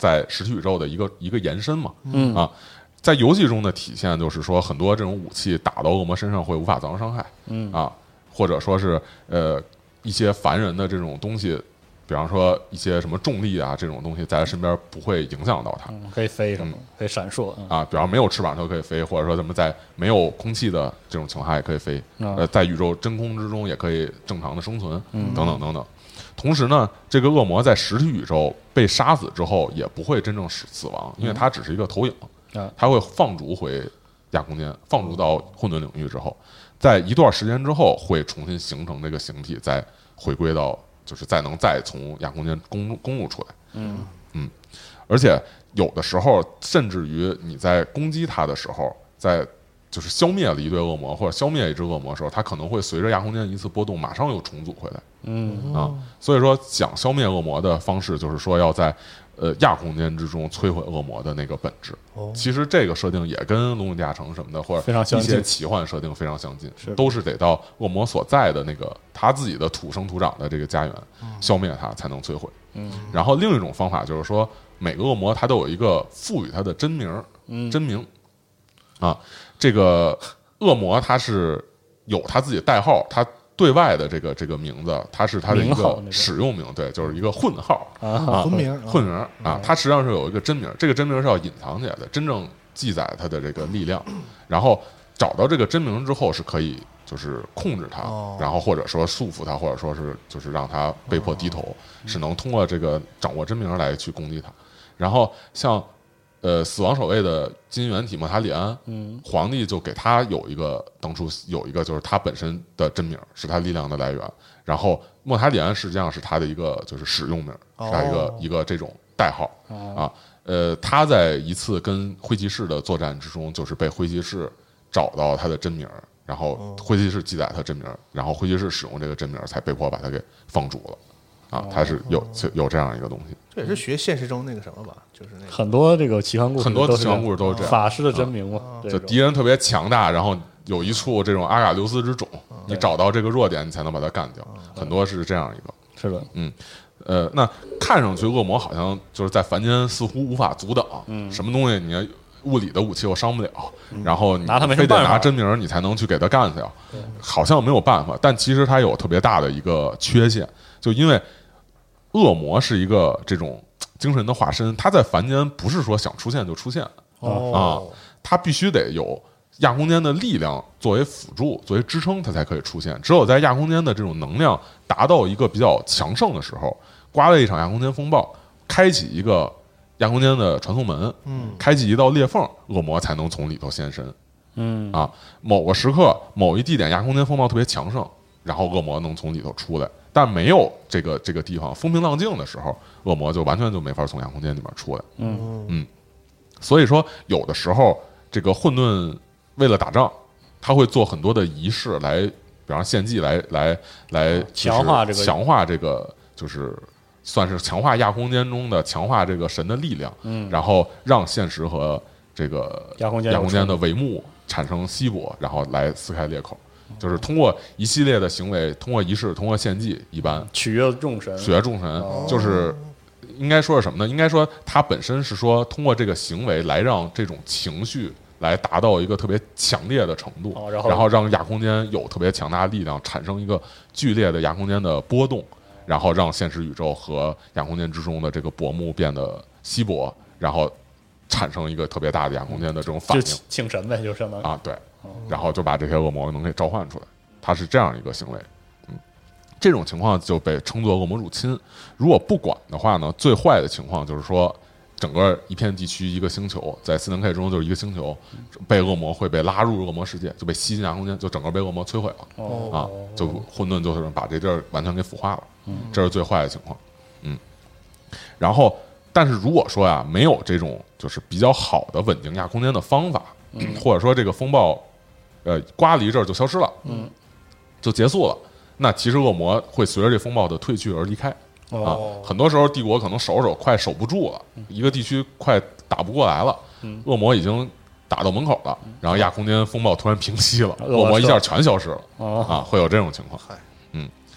在实体宇宙的一个一个延伸嘛， 嗯啊，在游戏中的体现就是说，很多这种武器打到恶魔身上会无法造成伤害， 嗯啊，或者说是呃一些凡人的这种东西，比方说一些什么重力啊这种东西在他身边不会影响到他， 嗯可以飞什么，可以闪烁，嗯啊，比方没有翅膀它可以飞，或者说咱们在没有空气的这种情况下也可以飞， 啊呃，在宇宙真空之中也可以正常的生存，等等等等。同时呢，这个恶魔在实体宇宙被杀死之后，也不会真正死死亡，因为它只是一个投影， 啊它会放逐回亚空间，放逐到混沌领域之后，在一段时间之后会重新形成这个形体，再回归到就是再能再从亚空间攻攻入出来。 嗯嗯，而且有的时候，甚至于你在攻击它的时候，在就是消灭了一堆恶魔或者消灭一只恶魔的时候，它可能会随着亚空间一次波动，马上又重组回来。 嗯啊，所以说想消灭恶魔的方式就是说要在呃亚空间之中摧毁恶魔的那个本质。 哦其实这个设定也跟《龙与地下城》什么的，或者非常相近一些奇幻设定非常相近， 是都是得到恶魔所在的那个他自己的土生土长的这个家园，消灭它才能摧毁。 嗯然后另一种方法就是说，每个恶魔它都有一个赋予它的真名， 嗯真名啊，这个恶魔它是有他自己的代号，他对外的这个这个名字，它是他的一个名号那个使用名，对，就是一个混号啊啊， 混名混名啊，它实际上是有一个真名，这个真名是要隐藏起来的，真正记载它的这个力量，然后找到这个真名之后是可以就是控制它， 哦然后或者说束缚它，或者说是就是让它被迫低头，是能通过这个掌握真名来去攻击它。然后像呃死亡守卫的金元体莫塔里安， 嗯皇帝就给他有一个当初有一个就是他本身的真名，是他力量的来源。然后莫塔里安实际上是他的一个就是使用名，是他一个、 哦一个这种代号哦啊。呃，他在一次跟灰骑士的作战之中，就是被灰骑士找到他的真名，然后灰骑士记载他真名，然后灰骑士使用这个真名，才被迫把他给放逐了。啊，他是有有这样一个东西。 这也是学现实中那个什么吧，就是那个很多这个奇幻故事很多都是奇幻故事都是这样法师的真名嘛， 就这种敌人特别强大，然后有一处这种阿嘎琉斯之种，你找到这个弱点，你才能把它干掉。很多是这样一个。 是的， 呃，那看上去恶魔好像就是在凡间似乎无法阻挡，嗯，什么东西你物理的武器又伤不了，然后你拿它没什非得么办法拿真名你才能去给他干掉，好像没有办法。但其实它有特别大的一个缺陷，就因为恶魔是一个这种精神的化身，他在凡间不是说想出现就出现哦啊，他必须得有亚空间的力量作为辅助、作为支撑，它才可以出现。只有在亚空间的这种能量达到一个比较强盛的时候，刮了一场亚空间风暴，开启一个亚空间的传送门， 嗯， 开启一道裂缝，恶魔才能从里头现身。 嗯啊，某个时刻、某一地点，亚空间风暴特别强盛，然后恶魔能从里头出来。但没有这个这个地方风平浪静的时候，恶魔就完全就没法从亚空间里面出来。 嗯嗯，所以说有的时候这个混沌为了打仗，他会做很多的仪式来，比方献祭来来来就是强化这个强化这个就是算是强化亚空间中的强化这个神的力量， 嗯， 然后让现实和这个亚空间有亚空间的冲帷幕产生稀薄，然后来撕开裂口。就是通过一系列的行为，通过仪式，通过献祭，一般取悦众神， 血众神，就是应该说是什么呢？应该说它本身是说通过这个行为来让这种情绪来达到一个特别强烈的程度， 哦然后然后让亚空间有特别强大的力量，产生一个剧烈的亚空间的波动，然后让现实宇宙和亚空间之中的这个薄幕变得稀薄，然后产生一个特别大的亚空间的这种反就应。 请神呗，就相当于啊，对，然后就把这些恶魔能给召唤出来，它是这样一个行为。嗯，这种情况就被称作恶魔入侵。如果不管的话呢，最坏的情况就是说，整个一片地区、一个星球，在四零 K 中就是一个星球，被恶魔会被拉入恶魔世界，就被吸进亚空间，就整个被恶魔摧毁了。 哦啊，就混沌就是把这地儿完全给腐化了，这是最坏的情况。嗯，然后，但是如果说呀，没有这种就是比较好的稳定亚空间的方法，或者说这个风暴，呃，刮了一阵儿就消失了， 嗯， 就结束了，那其实恶魔会随着这风暴的退去而离开。啊哦， 很多时候帝国可能守守快守不住了，一个地区快打不过来了，恶魔已经打到门口了，然后亚空间风暴突然平息了， 恶魔恶魔一下全消失了， 哦啊，会有这种情况嗨。 嗯，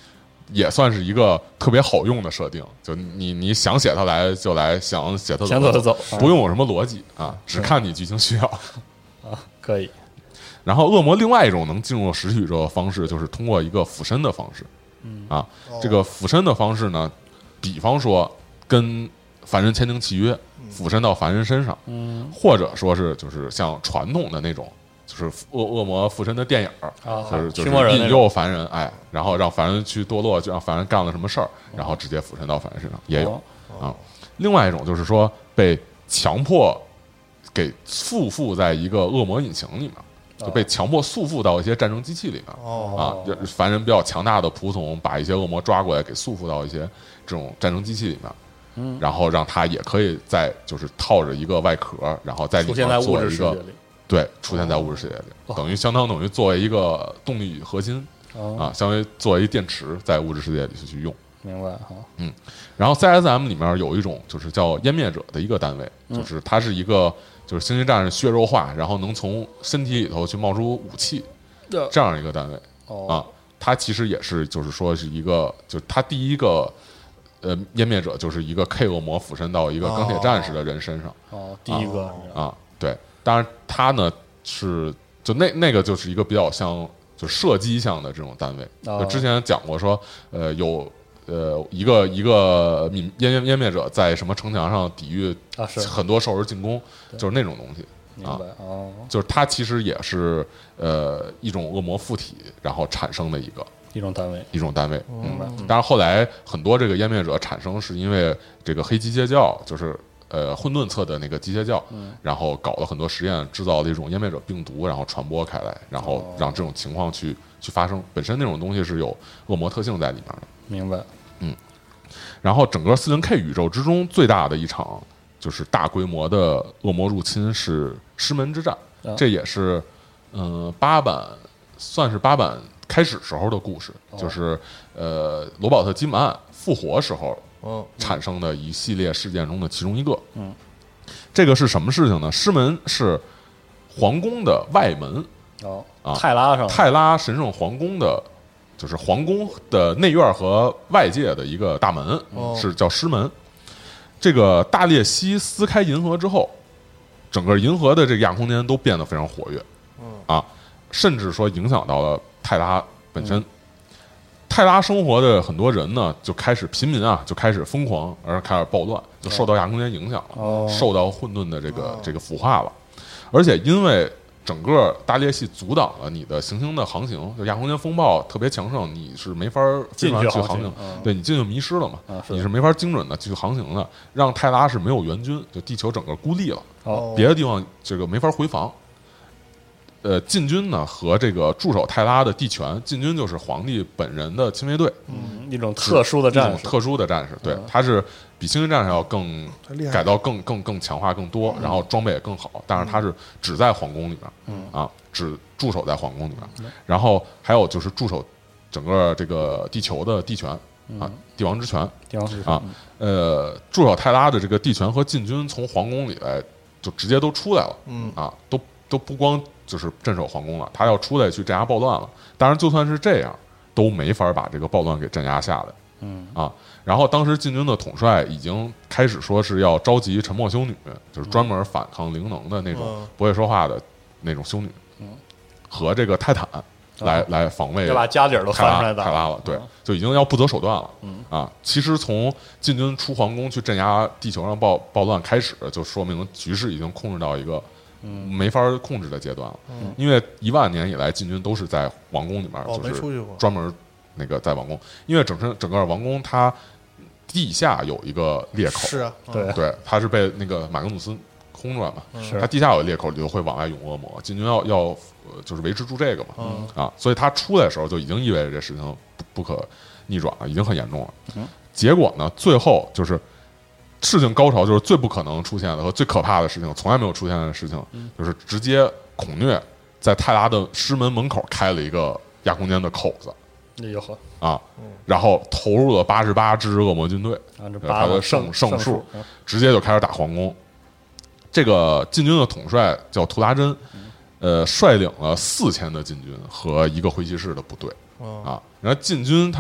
也算是一个特别好用的设定，就你你想写它来就来，想写它想走就走， 不用有什么逻辑啊，只看你剧情需要啊，可以。 然后恶魔另外一种能进入实体宇宙的方式，就是通过一个附身的方式， 嗯啊，这个附身的方式呢，比方说跟凡人签订契约，附身到凡人身上， 嗯， 或者说是就是像传统的那种。就是恶恶魔附身的电影啊， 就是就是引诱凡人，哎，然后让凡人去堕落，就让凡人干了什么事儿，然后直接附身到凡人身上，也有啊。另外一种就是说被强迫给束缚在一个恶魔引擎里面，就被强迫束缚到一些战争机器里面啊。凡人比较强大的仆从把一些恶魔抓过来，给束缚到一些这种战争机器里面。 嗯， 然后让他也可以在就是套着一个外壳，然后在里面做一个。对，出现在物质世界里， 哦、 等于相当等于作为一个动力核心、哦、啊，相当于作为电池在物质世界里去用。 明白哈， 嗯。然后 C S M 里面有一种就是叫湮灭者的一个单位， 嗯、 就是它是一个就是星际战士血肉化，然后能从身体里头去冒出武器、嗯、这样一个单位、 哦、 啊。它其实也是就是说是一个，就是它第一个呃湮灭者就是一个 K 恶魔附身到一个钢铁战士的人身上。 哦，第一个啊，啊对。当然，它呢是就那那个就是一个比较像就射击项的这种单位。 哦、 就之前讲过说，呃，有呃一个一个湮湮湮灭者在什么城墙上抵御很多兽人进攻， 啊、 就是那种东西。 明白哦， 就是它其实也是呃一种恶魔附体，然后产生的一个一种单位， 一种单位。 明白。 当然后来很多这个湮灭者产生是因为这个黑机械教就是。呃，混沌侧的那个机械教， 嗯， 然后搞了很多实验，制造了一种湮灭者病毒，然后传播开来，然后让这种情况去、哦、去发生。本身那种东西是有恶魔特性在里面的。 明白。 嗯。然后整个 四零K 宇宙之中最大的一场就是大规模的恶魔入侵是狮门之战， 哦、 这也是嗯、呃、八版算是八版开始时候的故事， 哦、 就是呃罗宝特基姆案复活时候。 哦， 产生的一系列事件中的其中一个。 嗯， 这个是什么事情呢？狮门是皇宫的外门。 哦， 啊， 泰拉上， 泰拉神圣皇宫的，就是皇宫的内院和外界的一个大门， 哦、 是叫狮门。这个大列西撕开银河之后，整个银河的这个亚空间都变得非常活跃。 嗯， 啊，甚至说影响到了泰拉本身。嗯，泰拉生活的很多人呢，就开始平民啊，就开始疯狂，而开始暴乱，就受到亚空间影响了， 哦、 受到混沌的这个、 哦、 这个腐化了。而且因为整个大列系阻挡了你的行星的航行，就亚空间风暴特别强盛，你是没法飞船去航行， 嗯、 对你进去迷失了嘛， 啊、是你是没法精准的去航行的，让泰拉是没有援军，就地球整个孤立了， 哦、 别的地方这个没法回防。呃，禁军呢和这个驻守泰拉的地权，禁军就是皇帝本人的亲卫队， 嗯，一种特殊的战士， 一种特殊的战士，对，他是比星际战士要更改到更更更强化更多，然后装备也更好，但是他是只在皇宫里面， 嗯啊，只驻守在皇宫里面，然后还有就是驻守整个这个地球的地权啊，帝王之权， 帝王之权啊，呃，驻守泰拉的这个地权和禁军从皇宫里来就直接都出来了， 嗯啊，都都不光。就是镇守皇宫了，他要出来去镇压暴乱了。当然，就算是这样，都没法把这个暴乱给镇压下来。 嗯啊，然后当时禁军的统帅已经开始说是要召集沉默修女，就是专门反抗灵能的那种不会说话的那种修女， 嗯， 和这个泰坦来、嗯、来防卫， 要把家底儿都翻出来泰拉了，对，就已经要不择手段了。 嗯啊，其实从禁军出皇宫去镇压地球上暴暴乱开始，就说明局势已经控制到一个。没法控制的阶段了， 嗯、 因为一万年以来，禁军都是在王宫里面， 哦、 就是专门那个在王宫，因为整身整个王宫它地下有一个裂口， 是啊， 对对，它是被那个马格努斯空出来嘛， 是它地下有裂口，里头会往外涌恶魔，禁军要要、呃、就是维持住这个嘛， 嗯啊，所以它出来的时候就已经意味着这事情不不可逆转了，已经很严重了。 嗯， 结果呢，最后就是。事情高潮就是最不可能出现的和最可怕的事情，从来没有出现的事情， 嗯、 就是直接孔虐在泰拉的师门门口开了一个亚空间的口子， 哎呦呵啊，然后投入了八十八支恶魔军队， 啊，这他的胜胜数， 直接就开始打皇宫。这个禁军的统帅叫图拉真，呃，率领了四千的禁军和一个回骑士的部队，啊，然后禁军他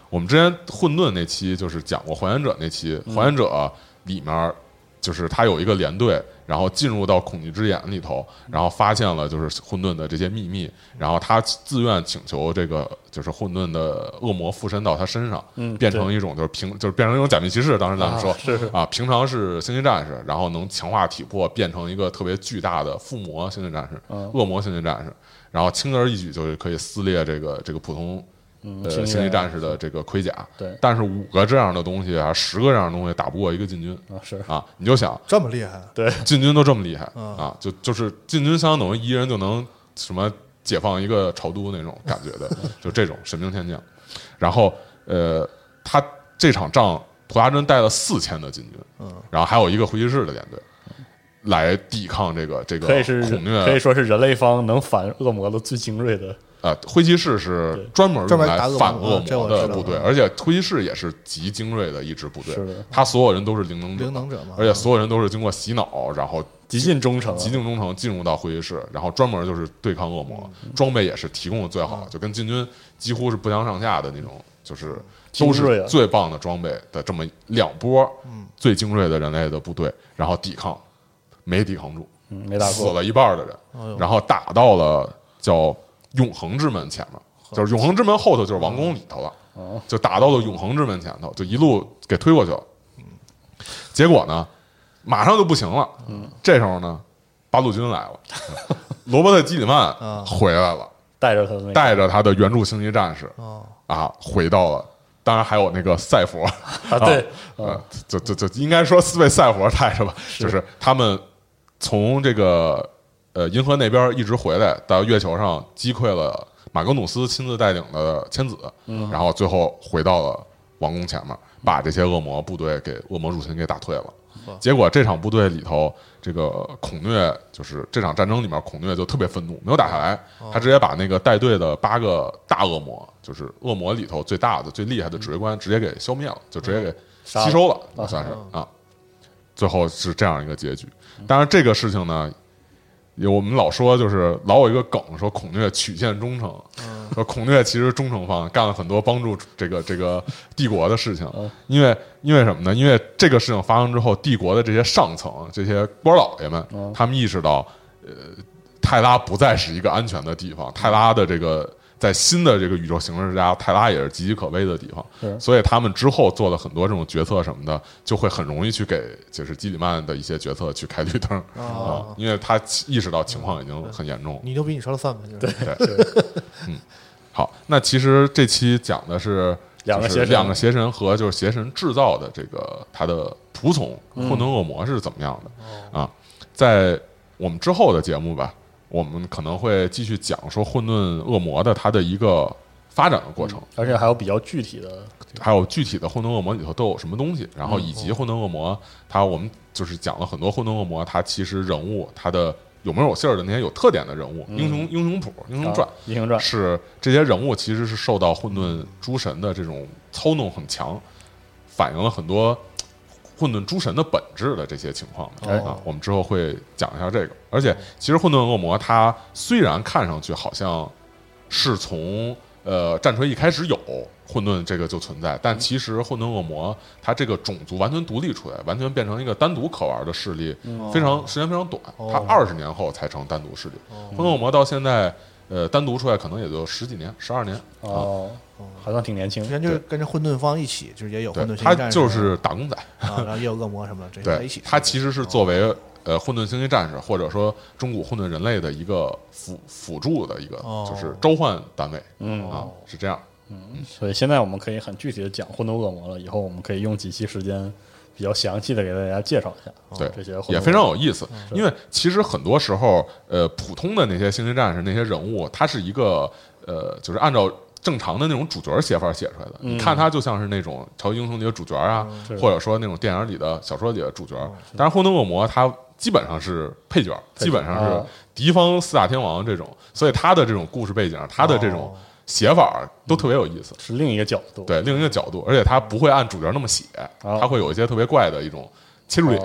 我们之前混沌那期就是讲过还原者那期，还原者里面就是他有一个连队，然后进入到恐惧之眼里头，然后发现了就是混沌的这些秘密，然后他自愿请求这个就是混沌的恶魔附身到他身上， 嗯， 变成一种就是平就是变成一种假面骑士。当时咱们说、 啊、是是啊，平常是星际战士，然后能强化体魄，变成一个特别巨大的附魔星际战士， 嗯、 恶魔星际战士，然后轻而易举就可以撕裂这个这个普通。 嗯， 呃，星际战士的这个盔甲， 对， 但是五个这样的东西啊，十个这样的东西打不过一个禁军啊，是啊，你就想这么厉害， 对， 禁军都这么厉害、 嗯、 啊，就就是禁军相当于一人就能什么解放一个朝都那种感觉的，就这种神兵天将。然后呃，他这场仗普拉珍带了四千的禁军， 嗯， 然后还有一个回骑士的连队。来抵抗这个这个可以是恐虐， 可以说是人类方能反恶魔的最精锐的。 呃，灰骑士是专门用来反恶魔的部队，而且灰骑士也是极精锐的一支部队。 是的， 他所有人都是灵能者， 灵能者嘛， 而且所有人都是经过洗脑，然后极尽忠诚， 极尽忠诚进入到灰骑士，然后专门就是对抗恶魔， 嗯、 装备也是提供的最好，就跟禁军几乎是不相上下的那种，就是都是最棒的装备的这么两波最精锐的人类的部队，然后抵抗，没抵抗住， 嗯，没打过， 死了一半的人， 哦、 然后打到了叫永恒之门前面。就是永恒之门后头就是王宫里头了， 哦、 就打到了永恒之门前头，就一路给推过去了。结果呢，马上就不行了。 嗯、 这时候呢，八路军来了，罗伯特·基里曼回来了， 带着他的带着他的原著星际战士、 哦、 啊，回到了。当然还有那个赛佛啊，对， 呃、啊，就就就应该说被赛佛带着吧， 是就是他们从这个呃银河那边一直回来，到月球上击溃了。马格努斯亲自带领的千子， 嗯， 然后最后回到了王宫前面，把这些恶魔部队给恶魔入侵给打退了。 嗯、 结果这场部队里头，这个孔虐就是这场战争里面，孔虐就特别愤怒，没有打下来， 哦、 他直接把那个带队的八个大恶魔，就是恶魔里头最大的、最厉害的指挥官，直接给消灭了，就直接给吸收了， 嗯、 算是啊。最后是这样一个结局。当然，这个事情呢。我们老说就是老有一个梗说孔虐曲线忠诚， 嗯、 说孔虐其实忠诚方干了很多帮助这个这个帝国的事情， 嗯、 因为因为什么呢？因为这个事情发生之后，帝国的这些上层这些官老爷们， 嗯、 他们意识到，呃，泰拉不再是一个安全的地方，泰拉的这个。在新的这个宇宙形式之下，泰拉也是岌岌可危的地方，所以他们之后做了很多这种决策什么的，就会很容易去给就是基里曼的一些决策去开绿灯啊、 哦嗯，因为他意识到情况已经很严重。 你牛逼，你说了算吧。 对对，嗯，好，那其实这期讲的是两个邪神， 两个邪神和就是邪神制造的这个他的仆从混沌恶魔是怎么样的、 嗯、 啊？在我们之后的节目吧。我们可能会继续讲说混沌恶魔的它的一个发展的过程、嗯， 而且还有比较具体的， 还有具体的混沌恶魔里头都有什么东西，然后以及混沌恶魔它我们就是讲了很多混沌恶魔它其实人物它的有没有信儿的那些有特点的人物， 嗯、 英雄英雄谱、英雄传、 啊、英雄传是这些人物其实是受到混沌诸神的这种操弄很强，反映了很多。混沌诸神的本质的这些情况的、 哦、 啊，我们之后会讲一下这个。而且，其实混沌恶魔它虽然看上去好像是从呃战锤一开始有混沌这个就存在，但其实混沌恶魔它这个种族完全独立出来，完全变成一个单独可玩的势力， 嗯、 非常时间非常短， 哦、 它二十年后才成单独势力。 哦、 混沌恶魔到现在呃单独出来可能也就十几年、十二年哦。 啊好像挺年轻， 之前就是跟着混沌方一起，就是也有混沌星际他战士， 就是打工仔啊，然后也有恶魔什么的，这些在一起。 他其实是作为呃混沌星际战士或者说中古混沌人类的一个辅辅助的一个就是召唤单位， 嗯啊是这样， 嗯，所以现在我们可以很具体的讲混沌恶魔了，以后我们可以用几期时间比较详细的给大家介绍一下， 对这些也非常有意思，因为其实很多时候呃普通的那些星际战士那些人物，他是一个呃就是按照。正常的那种主角写法写出来的， 嗯、 你看他就像是那种超级英雄里的主角啊， 嗯、 或者说那种电影里的、小说里的主角。当然，混沌恶魔他基本上是配角， 配角基本上是敌方四大天王这种，所以他的这种故事背景，他的这种写法都特别有意思， 是另一个角度， 对另一个角度，而且他不会按主角那么写，他会有一些特别怪的一种切入点。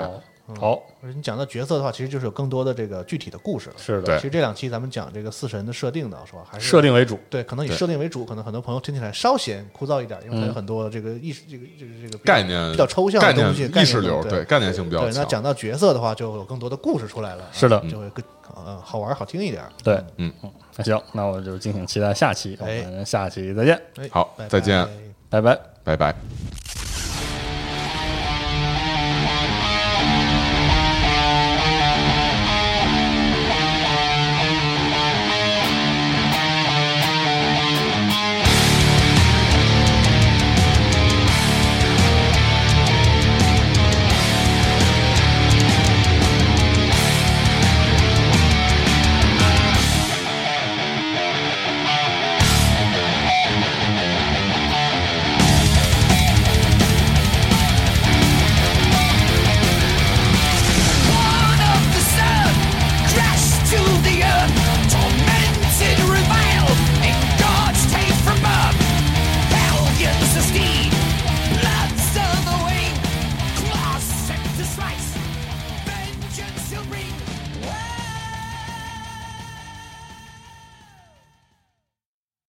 好， 你讲到角色的话，其实就是有更多的这个具体的故事了。 是的， 对其实这两期咱们讲这个四神的设定呢，是吧？还是设定为主， 对，可能以对设定为主，可能很多朋友听起来稍显枯燥一点，因为它有很多这个意识，这个这个这个比较概念比较抽象的概念东西， 意识流， 对对概念性比较对，那强。 讲到角色的话，就有更多的故事出来了， 是的啊就会更呃好玩好听一点。 对， 嗯那行，那我就敬请期待下期，我哎们下期再见， 哎好拜拜再见拜拜。 拜拜。